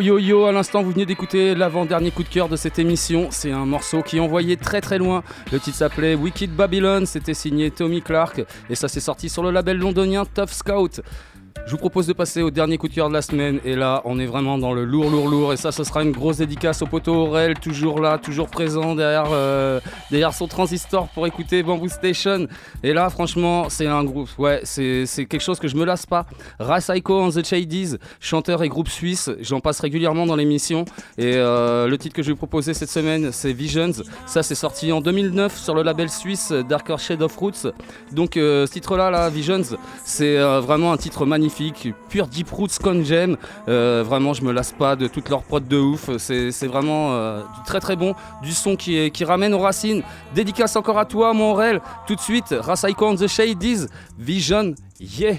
Yo, à l'instant vous venez d'écouter l'avant-dernier coup de cœur de cette émission. C'est un morceau qui envoyait très très loin. Le titre s'appelait Wicked Babylon, c'était signé Tommy Clark et ça s'est sorti sur le label londonien Tough Scout. Je vous propose de passer au dernier coup de cœur de la semaine et là on est vraiment dans le lourd et ça ce sera une grosse dédicace au poteau Aurel, toujours là, toujours présent derrière son transistor pour écouter Bamboo Station. Et là franchement c'est un groupe, ouais c'est quelque chose que je me lasse pas. Rasaiko and the Shadies, chanteur et groupe suisse, j'en passe régulièrement dans l'émission et le titre que je vais vous proposer cette semaine c'est Visions. Ça c'est sorti en 2009 sur le label suisse Darker Shade of Roots. Donc ce titre là Visions, c'est vraiment un titre magnifique, pur Deep Roots con j'aime, vraiment je me lasse pas de toute leur prod de ouf, c'est vraiment du très très bon, du son qui ramène aux racines. Dédicace encore à toi mon Aurel, tout de suite Rasaiko and the Shadies, Vision, yeah.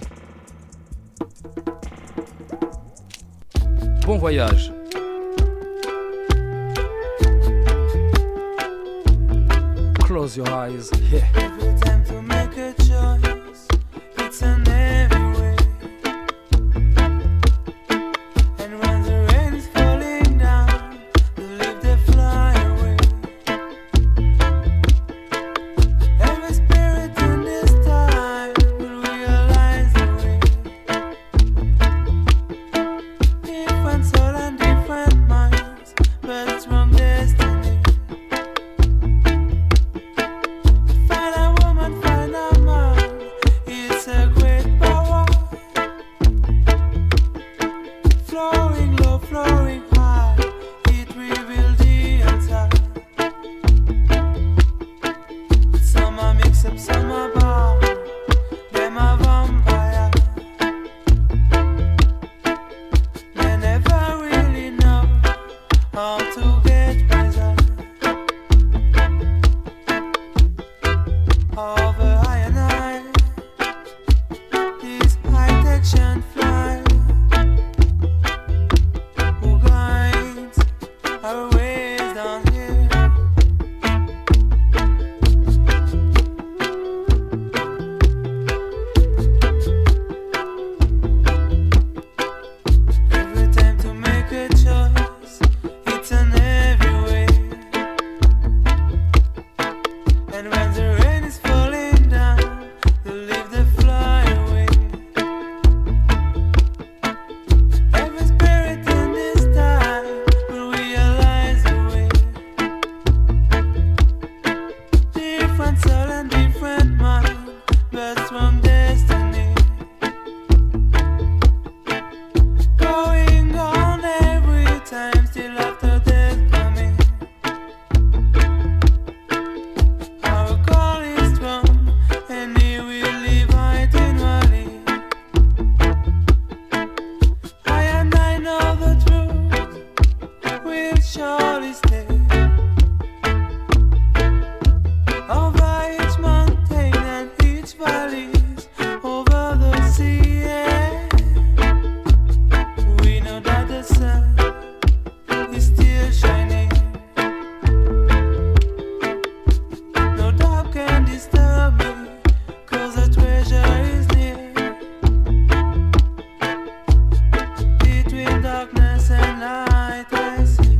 Bon voyage. Close your eyes, yeah. Every time to make a choice, it's an every way. And when the rain is falling down, the leaves they fly away. Every spirit in this time will realize the way. Different soul and different minds, but it's wrong destiny. Find a woman, find a man, it's a great power. Flowing low, flowing high, it reveals the answer. Some are mix up, some are bar, them are vampire. They never really know how to get result. Over high and high, this high-tech shan't fly. Who guides our ways down here? Every time to make a choice, it's an every way. And when the rain is falling down, the leaves they fly away. Every spirit in this time will realize the way. Different soul and different mind, but strong destiny. Going on every time, still after death coming. Our call is strong, and he will live eternally. I know the truth will surely stay. Over each mountain and each valley, over the sea, yeah. We know that the sun is still shining. No doubt can disturb me, 'cause the treasure is near. Between darkness and light I see.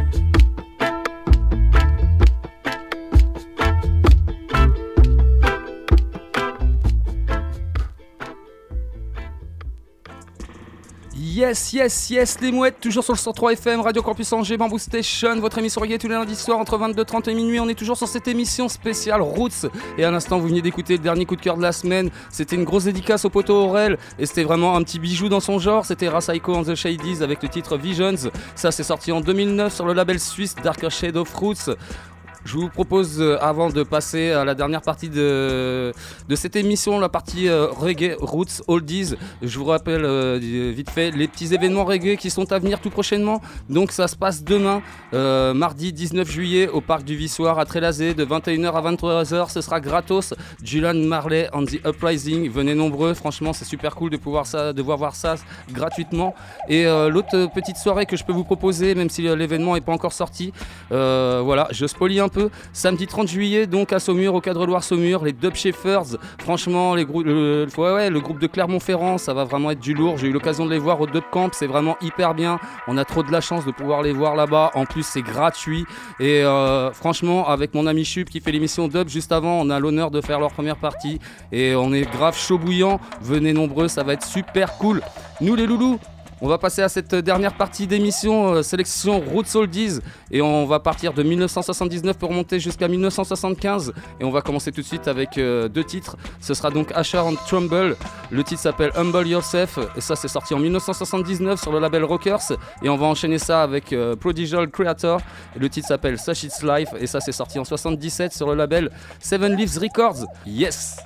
Yes, les mouettes, toujours sur le 103 FM, Radio Campus Angers, Bamboo Station, votre émission reggae tous les lundis soirs entre 22h30 et minuit. On est toujours sur cette émission spéciale Roots. Et à l'instant, vous venez d'écouter le dernier coup de cœur de la semaine. C'était une grosse dédicace au poteau Aurel. Et c'était vraiment un petit bijou dans son genre. C'était Rasaiko and the Shadies avec le titre Visions. Ça, c'est sorti en 2009 sur le label suisse Darker Shade of Roots. Je vous propose, avant de passer à la dernière partie de cette émission, la partie reggae, roots, oldies, je vous rappelle vite fait les petits événements reggae qui sont à venir tout prochainement. Donc ça se passe demain, mardi 19 juillet, au Parc du Vissoir à Trélazé, de 21h à 23h. Ce sera gratos. Julian Marley and the Uprising. Venez nombreux, franchement c'est super cool de pouvoir voir ça gratuitement. Et l'autre petite soirée que je peux vous proposer, même si l'événement n'est pas encore sorti, voilà, je spoilie un peu. peu. Samedi 30 juillet, donc à Saumur, au Cadre Loire Saumur, les Dub Shepherds. Franchement, le groupe de Clermont-Ferrand, ça va vraiment être du lourd. J'ai eu l'occasion de les voir au Dub Camp, c'est vraiment hyper bien. On a trop de la chance de pouvoir les voir là-bas. En plus, c'est gratuit. Et franchement, avec mon ami Chup qui fait l'émission Dub juste avant, on a l'honneur de faire leur première partie. Et on est grave chaud bouillant. Venez nombreux, ça va être super cool. Nous les loulous, on va passer à cette dernière partie d'émission, sélection Roots Oldies, et on va partir de 1979 pour remonter jusqu'à 1975, et on va commencer tout de suite avec 2 titres. Ce sera donc Asher and Trumbull, le titre s'appelle Humble Yourself, et ça c'est sorti en 1979 sur le label Rockers, et on va enchaîner ça avec Prodigal Creator, et le titre s'appelle Such It's Life, et ça c'est sorti en 77 sur le label Seven Leaves Records. Yes!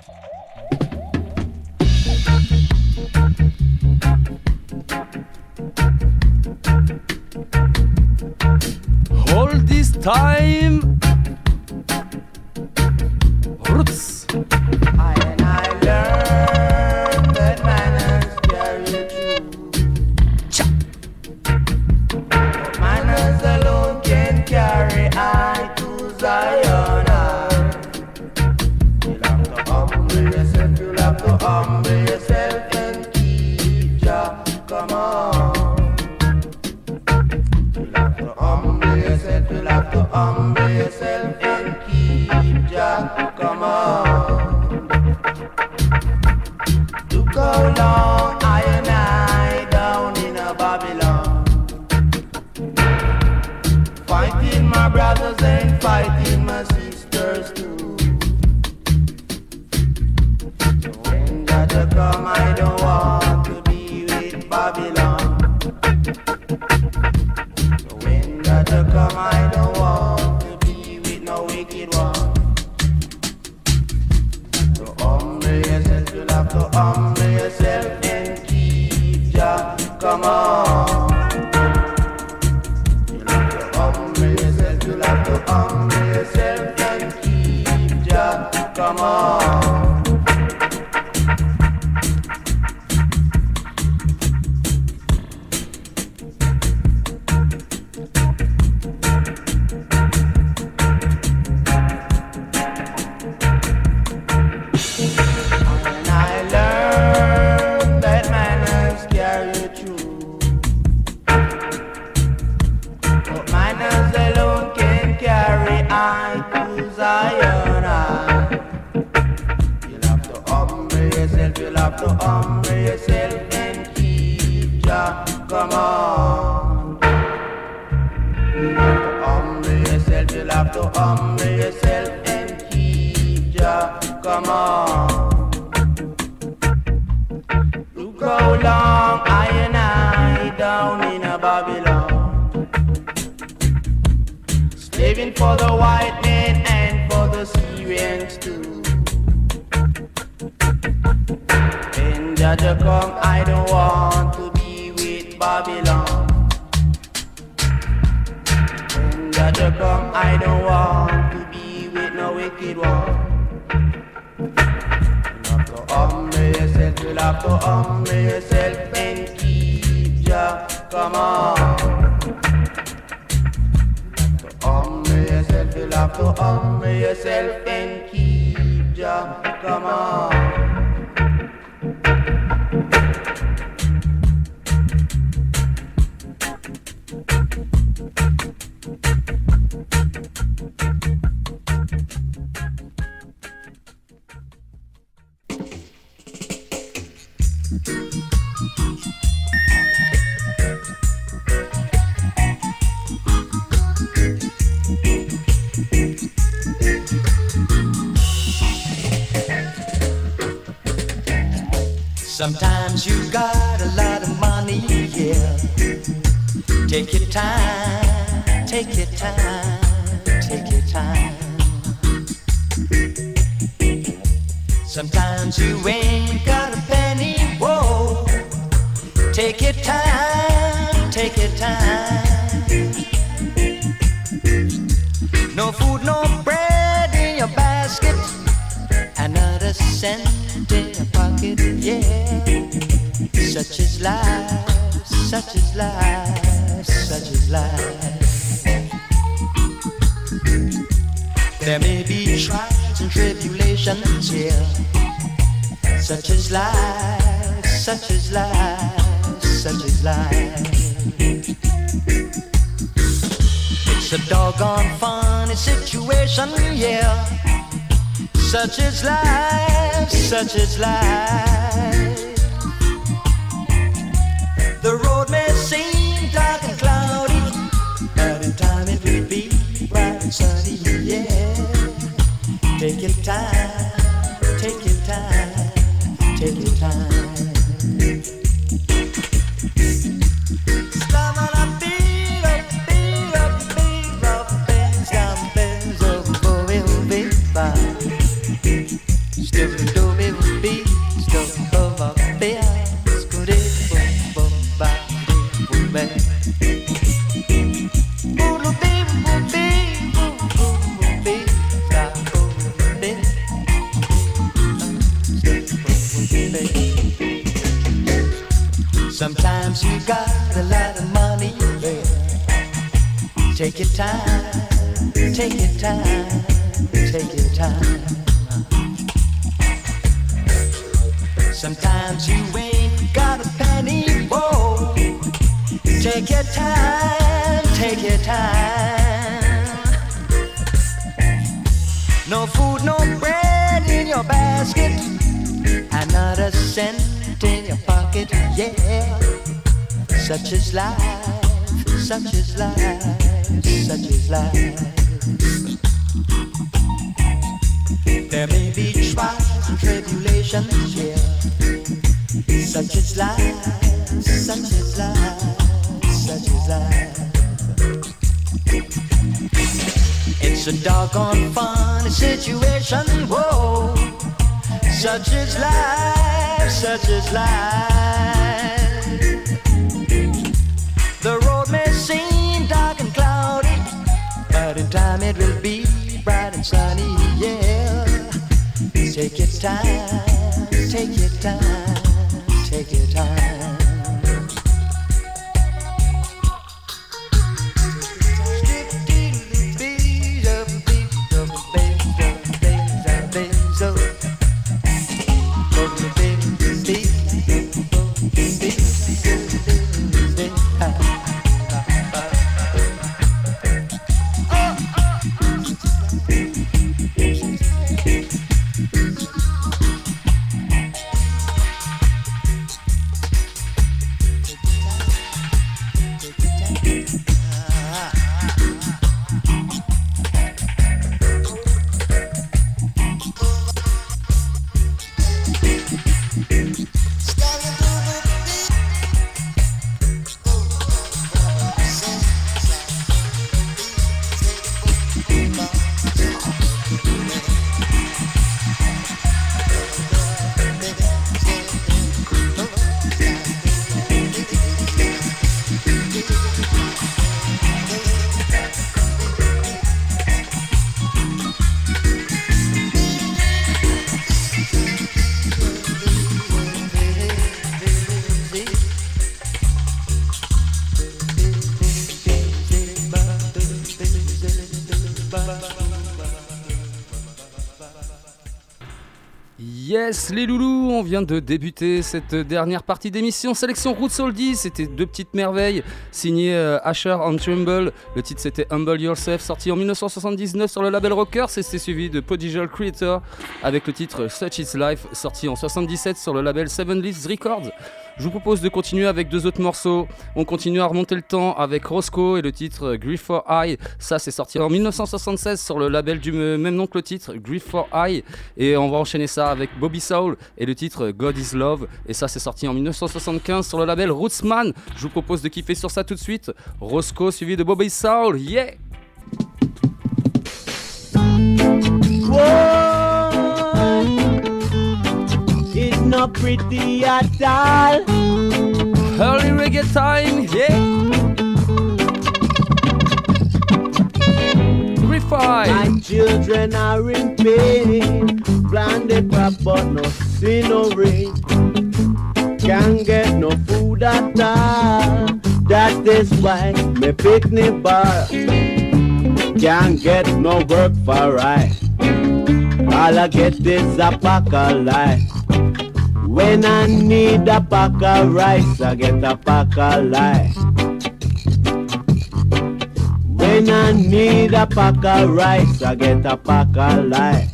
All this time, Roots. I learned that manners carry through. Manners alone can carry I to Zion. You'll have to humble yourself, you'll have to humble yourself and keep Jah. Come on. You'll have to humble yourself and keep Jah. Come on. Look how long I and I down in a Babylon, fighting my brothers and fighting my sisters too. So when Jah come, I don't want to be with Babylon. To come, I don't want to be with no wicked one. So humble yourself, you'll have to humble yourself and keep Jah. Come on. You'll have to humble yourself, you'll have to humble yourself and keep Jah. Come on. To humble yourself and keep Jah. Come on. You'll have to humble yourself and keep Jah. Come on. Look how long I and I down in a Babylon, slaving for the white men and for the Syrians too. Jah come, I don't want to be with Babylon. When Jah come, I don't want to be with no wicked one. You'll have to humble yourself, you'll have to humble yourself and keep Jah. Come on. You'll have to humble yourself and keep Jah. Come on. Sometimes you got a lot of money, yeah. Take your time, take your time, take your time. Sometimes you ain't got a penny, whoa. Take your time, take your time. No food, no bread in your basket, and not a cent in your pocket, yeah. Such is life, such is life, such is life. There may be trials and tribulations here, such as life, such as life, such as life. It's a doggone funny situation, yeah, such as life, such as life. The road may seem dark and cloudy, but in time it will be bright and sunny, yeah. Take your time, take your time, take your time. Sometimes you got a lot of money, yeah. Take your time, take your time, take your time. Sometimes you ain't got a penny, whoa. Take your time, take your time. No food, no bread in your basket, and not a cent in your pocket, yeah. Such is life, such is life, such is life. There may be trials and tribulations, yeah. Such is life, such is life, such is life. It's a doggone funny situation, whoa. Such is life, such is life. The road may seem dark and cloudy, but in time it will be bright and sunny, yeah. Take your time, take your time, take your time. Yes, les loulous, on vient de débuter cette dernière partie d'émission. Sélection Roots Oldies, c'était deux petites merveilles signées Asher and Trimble. Le titre c'était Humble Yourself, sorti en 1979 sur le label Rockers. Et c'est suivi de Prodigal Creator avec le titre Such Is Life, sorti en 77 sur le label Seven Leaves Records. Je vous propose de continuer avec deux autres morceaux. On continue à remonter le temps avec Roscoe et le titre Grief for I. Ça, c'est sorti en 1976 sur le label du même nom que le titre, Grief for I. Et on va enchaîner ça avec Bobby Soul et le titre God Is Love. Et ça, c'est sorti en 1975 sur le label Rootsman. Je vous propose de kiffer sur ça tout de suite. Roscoe suivi de Bobby Soul. Yeah! It's not pretty at all. Early reggae time, yeah. My children are in pain, blinded crop but no see no rain. Can't get no food at all. That is why me picnic bar. can't get no work for I. All I get is a pack of life. When I need a pack of rice, I get a pack of life. When I need a pack of rice, I get a pack of life.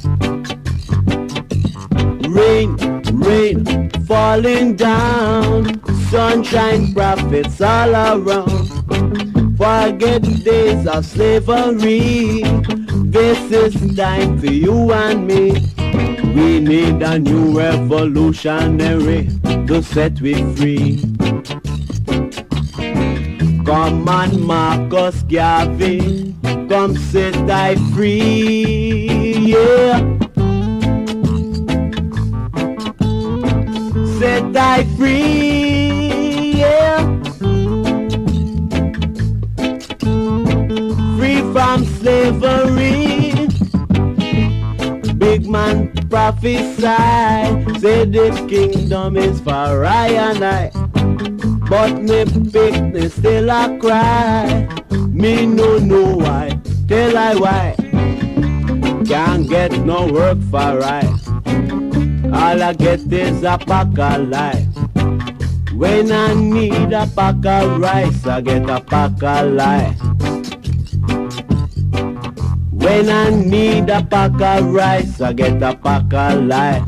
Rain, rain, falling down, sunshine profits all around. Forget days of slavery, this is time for you and me. We need a new revolutionary to set we free. Come on, Marcus Garvey, come set I free, yeah. Set I free, yeah. Free from slavery. Big man prophesy, say this kingdom is for I and I. But me picnic still a cry. Me no know why, tell I why. Can't get no work for I. All I get is a pack of life. When I need a pack of rice, I get a pack of life. When I need a pack of rice, I get a pack of life.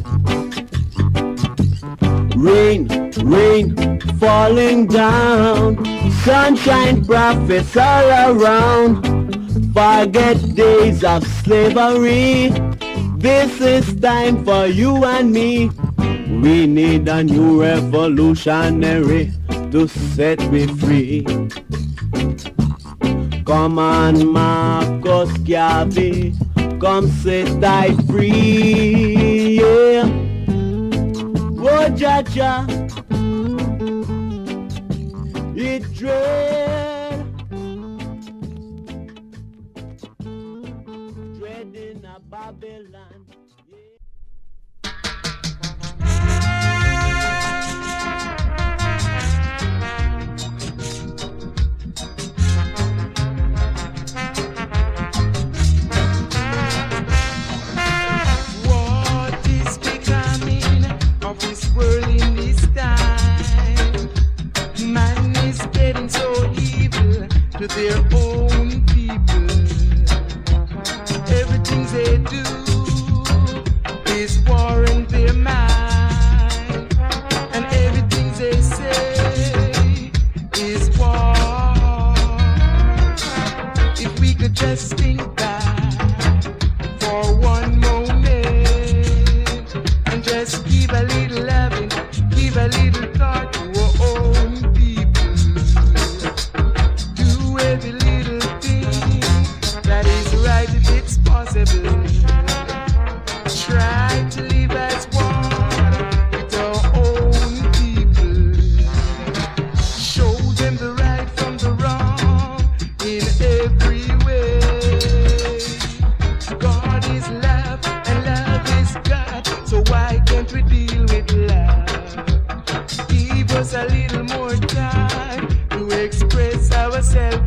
Rain, rain, falling down, sunshine profits all around. Forget days of slavery, this is time for you and me. We need a new revolutionary to set me free. Come on, Marcus Garvey, come set I free, yeah. Oh, Jaja, it dread in a Babylon. To their own people, everything they do is warring their mind, and everything they say is war. If we could just think back for one moment and just give a little loving, give a little thought to our own people. Every little thing that is right if it's possible. Try to live as one with our own people. Show them the right from the wrong in every way. God is love and love is God, so why can't we deal with love? Give us a little more time to express ourselves.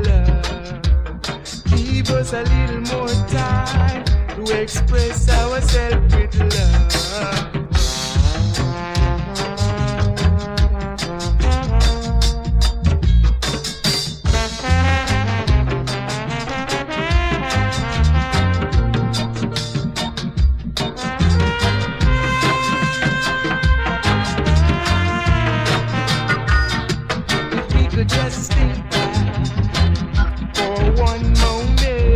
Give us a little more time to express ourselves with love. If we could just think back for one moment.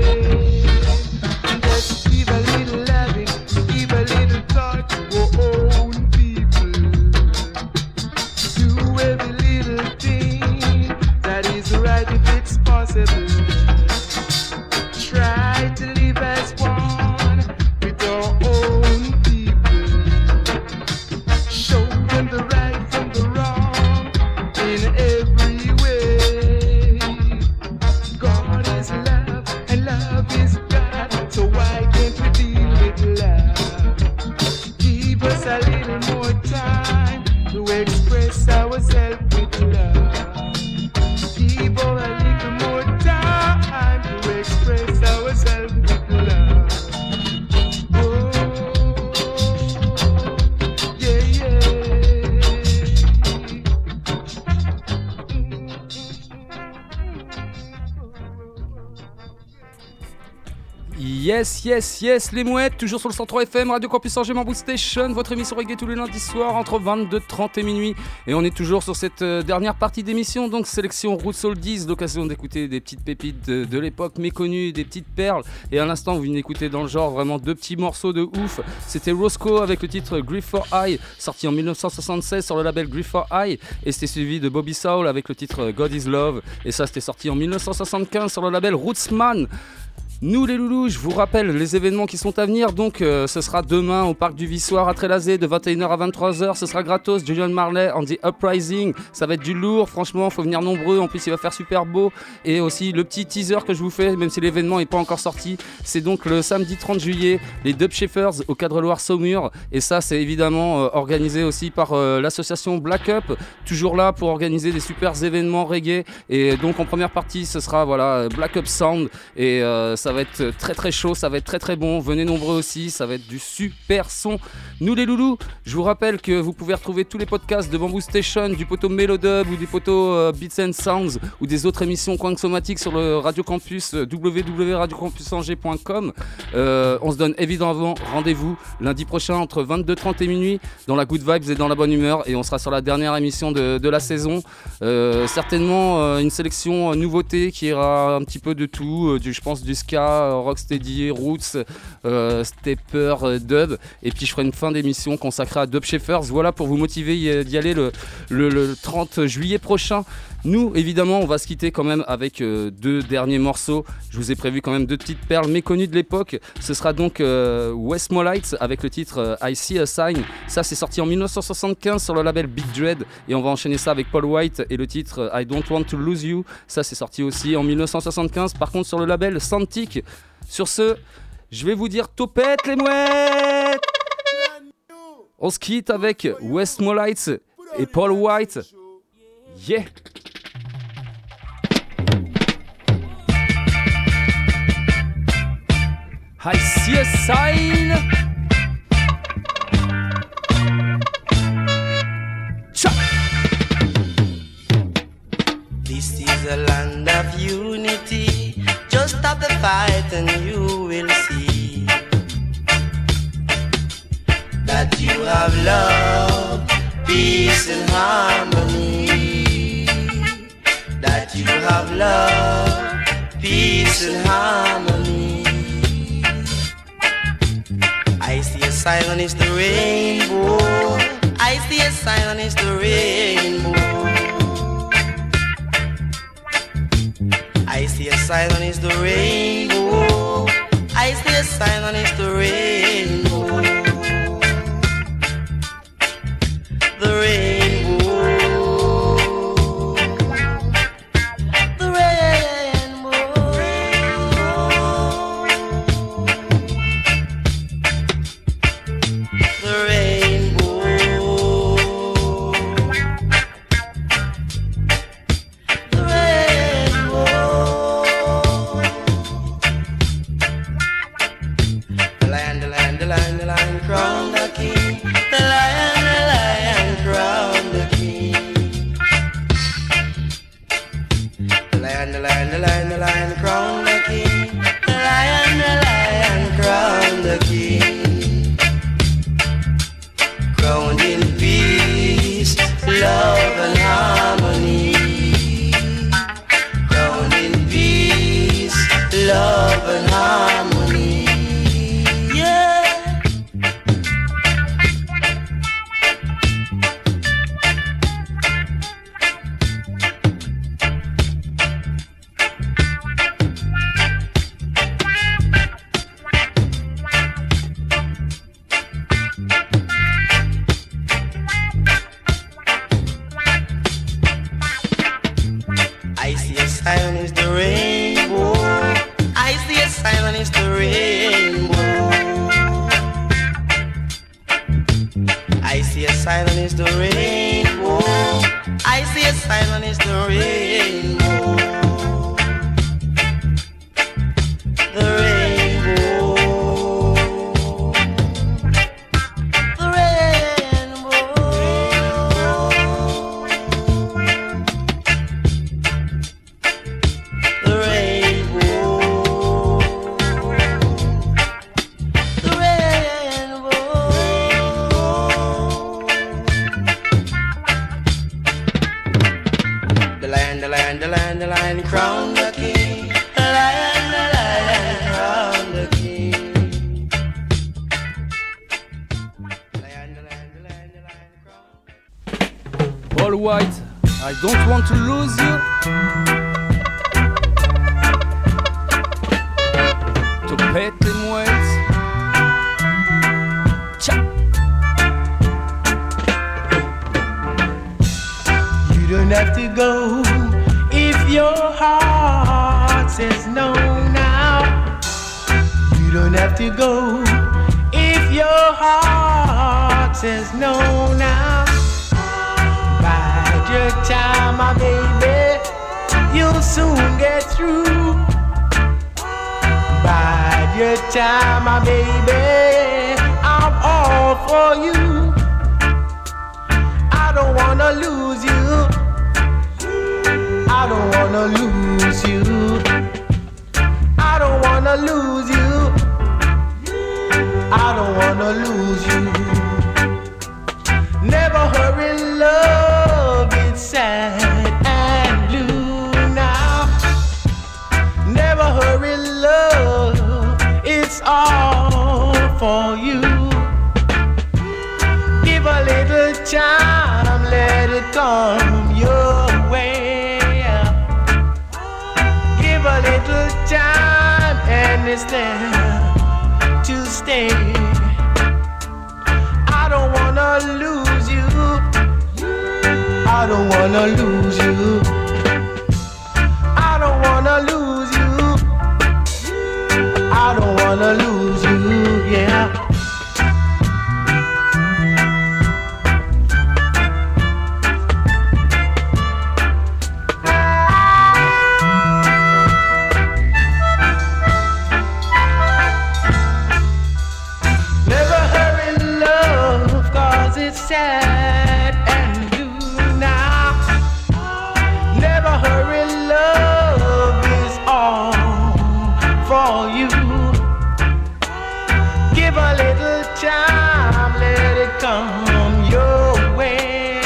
Give a little loving, give a little thought to our own people. Do every little thing that is right if it's possible. Try to live as one with our own people. Show them the right from the wrong in every way. God is love and love is God, so why can't we deal with love? Give us a little more time to express ourselves with love. Give us a little more time to express ourselves. Yes, les mouettes, toujours sur le 103 FM, Radio Campus Angers Bamboo Station, votre émission reggae tous les lundis soirs entre 22h30 et minuit. Et on est toujours sur cette dernière partie d'émission, donc sélection Roots Oldies, l'occasion d'écouter des petites pépites de l'époque méconnues, des petites perles. Et à l'instant, vous venez d'écouter dans le genre vraiment deux petits morceaux de ouf. C'était Roscoe avec le titre Grief for Eye, sorti en 1976 sur le label Grief for Eye. Et c'était suivi de Bobby Soul avec le titre God is Love. Et ça, c'était sorti en 1975 sur le label Rootsman. Nous les loulous, je vous rappelle les événements qui sont à venir, donc ce sera demain au Parc du Vissoir à Trélazé de 21h à 23h, ce sera gratos, Julian Marley and the Uprising, ça va être du lourd, franchement faut venir nombreux, en plus il va faire super beau, et aussi le petit teaser que je vous fais, même si l'événement n'est pas encore sorti, c'est donc le samedi 30 juillet, les Dub Shepherds au Cadre Loire Saumur, et ça c'est évidemment organisé aussi par l'association Black Up, toujours là pour organiser des super événements reggae, et donc en première partie ce sera voilà Black Up Sound, et ça va être très très chaud, ça va être très très bon, venez nombreux aussi, ça va être du super son. Nous les loulous, je vous rappelle que vous pouvez retrouver tous les podcasts de Bamboo Station, du poteau Melodub ou du poteau Beats and Sounds ou des autres émissions Coin Somatiques sur le Radio Campus www.radiocampusangers.com. On se donne évidemment rendez-vous lundi prochain entre 22h30 et minuit dans la good vibes et dans la bonne humeur, et on sera sur la dernière émission de la saison. Certainement une sélection nouveauté qui ira un petit peu de tout, je pense du ska, rocksteady, roots, stepper, dub, et puis je ferai une fin d'émission consacrée à Dub Shepherds, voilà, pour vous motiver d'y aller le 30 juillet prochain. Nous, évidemment, on va se quitter quand même avec deux derniers morceaux. Je vous ai prévu quand même deux petites perles méconnues de l'époque. Ce sera donc Westmolites avec le titre I See a Sign. Ça, c'est sorti en 1975 sur le label Big Dread. Et on va enchaîner ça avec Paul White et le titre I Don't Want to Lose You. Ça, c'est sorti aussi en 1975. Par contre, sur le label Santic. Sur ce, je vais vous dire topette les mouettes. On se quitte avec Westmolites et Paul White. Yeah. I see a sign. Cha. This is a land of unity. Just stop the fight and you will see that you have love, peace and harmony. That you have love, peace and harmony. I see a sign and it's the rainbow. I see a sign and it's the rainbow. I see a sign and it's the rainbow. I see a sign and it's the rainbow. The rainbow. The rainbow. The rainbow. The rainbow. The lion, the lion, the lion, the lion crowned the king. The lion crowned the king. The lion, the lion, the lion, the lion crowned the king. The lion crowned the king. Crowned in peace, love and harmony. Crowned in peace, love and harmony. Yeah. I see a sign is the rainbow. I see a sign and it's the rainbow. I see a sign and it's the rainbow. I see a sign and it's the rainbow. The rainbow. The rainbow. The rainbow. don't want to lose you. To pet them ways. Ciao. You don't have to go if your heart says no now. You don't have to go if your heart says no now. Bide your time, my baby, you'll soon get through. Bide your time, my baby, I'm all for you. I don't wanna lose you. I don't wanna lose you. I don't wanna lose you. I don't wanna lose you. Never hurry, love, it's sad and blue now. Never hurry, love, it's all for you. Give a little time, let it come your way. Give a little time and it's there to stay. I don't wanna lose you. I don't wanna lose you. I don't wanna lose you. I don't wanna lose you, yeah. Sad and blue now. Never hurry, love is all for you. Give a little time, let it come your way.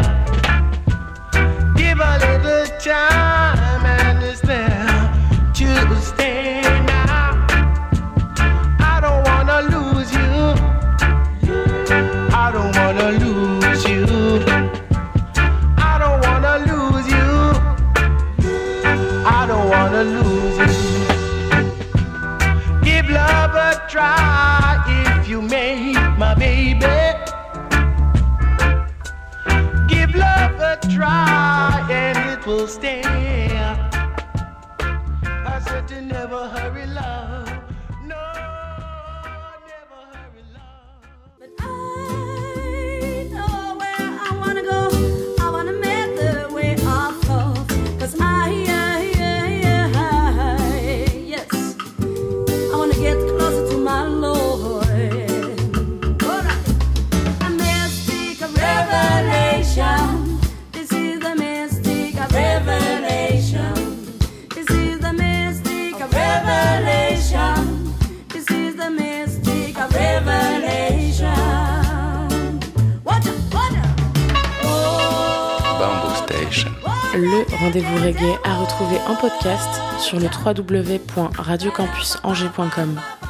Give a little time and it's there to stay now. I don't wanna lose you. I don't wanna lose you. I don't wanna lose you. I don't wanna lose you. Give love a try if you may, my baby. Give love a try and it will stay. I said to never hurry, love. No, never hurry, love. But I know where I wanna go. I wanna make the way off of. 'Cause yes, I wanna get closer to my Lord. A mystic of revelation. This is the mystic of revelation. This is the mystic of revelation. This is the mystic of revelation. Bamboo Station. Le rendez-vous reggae à retrouver en podcast sur le www.radiocampusangers.com.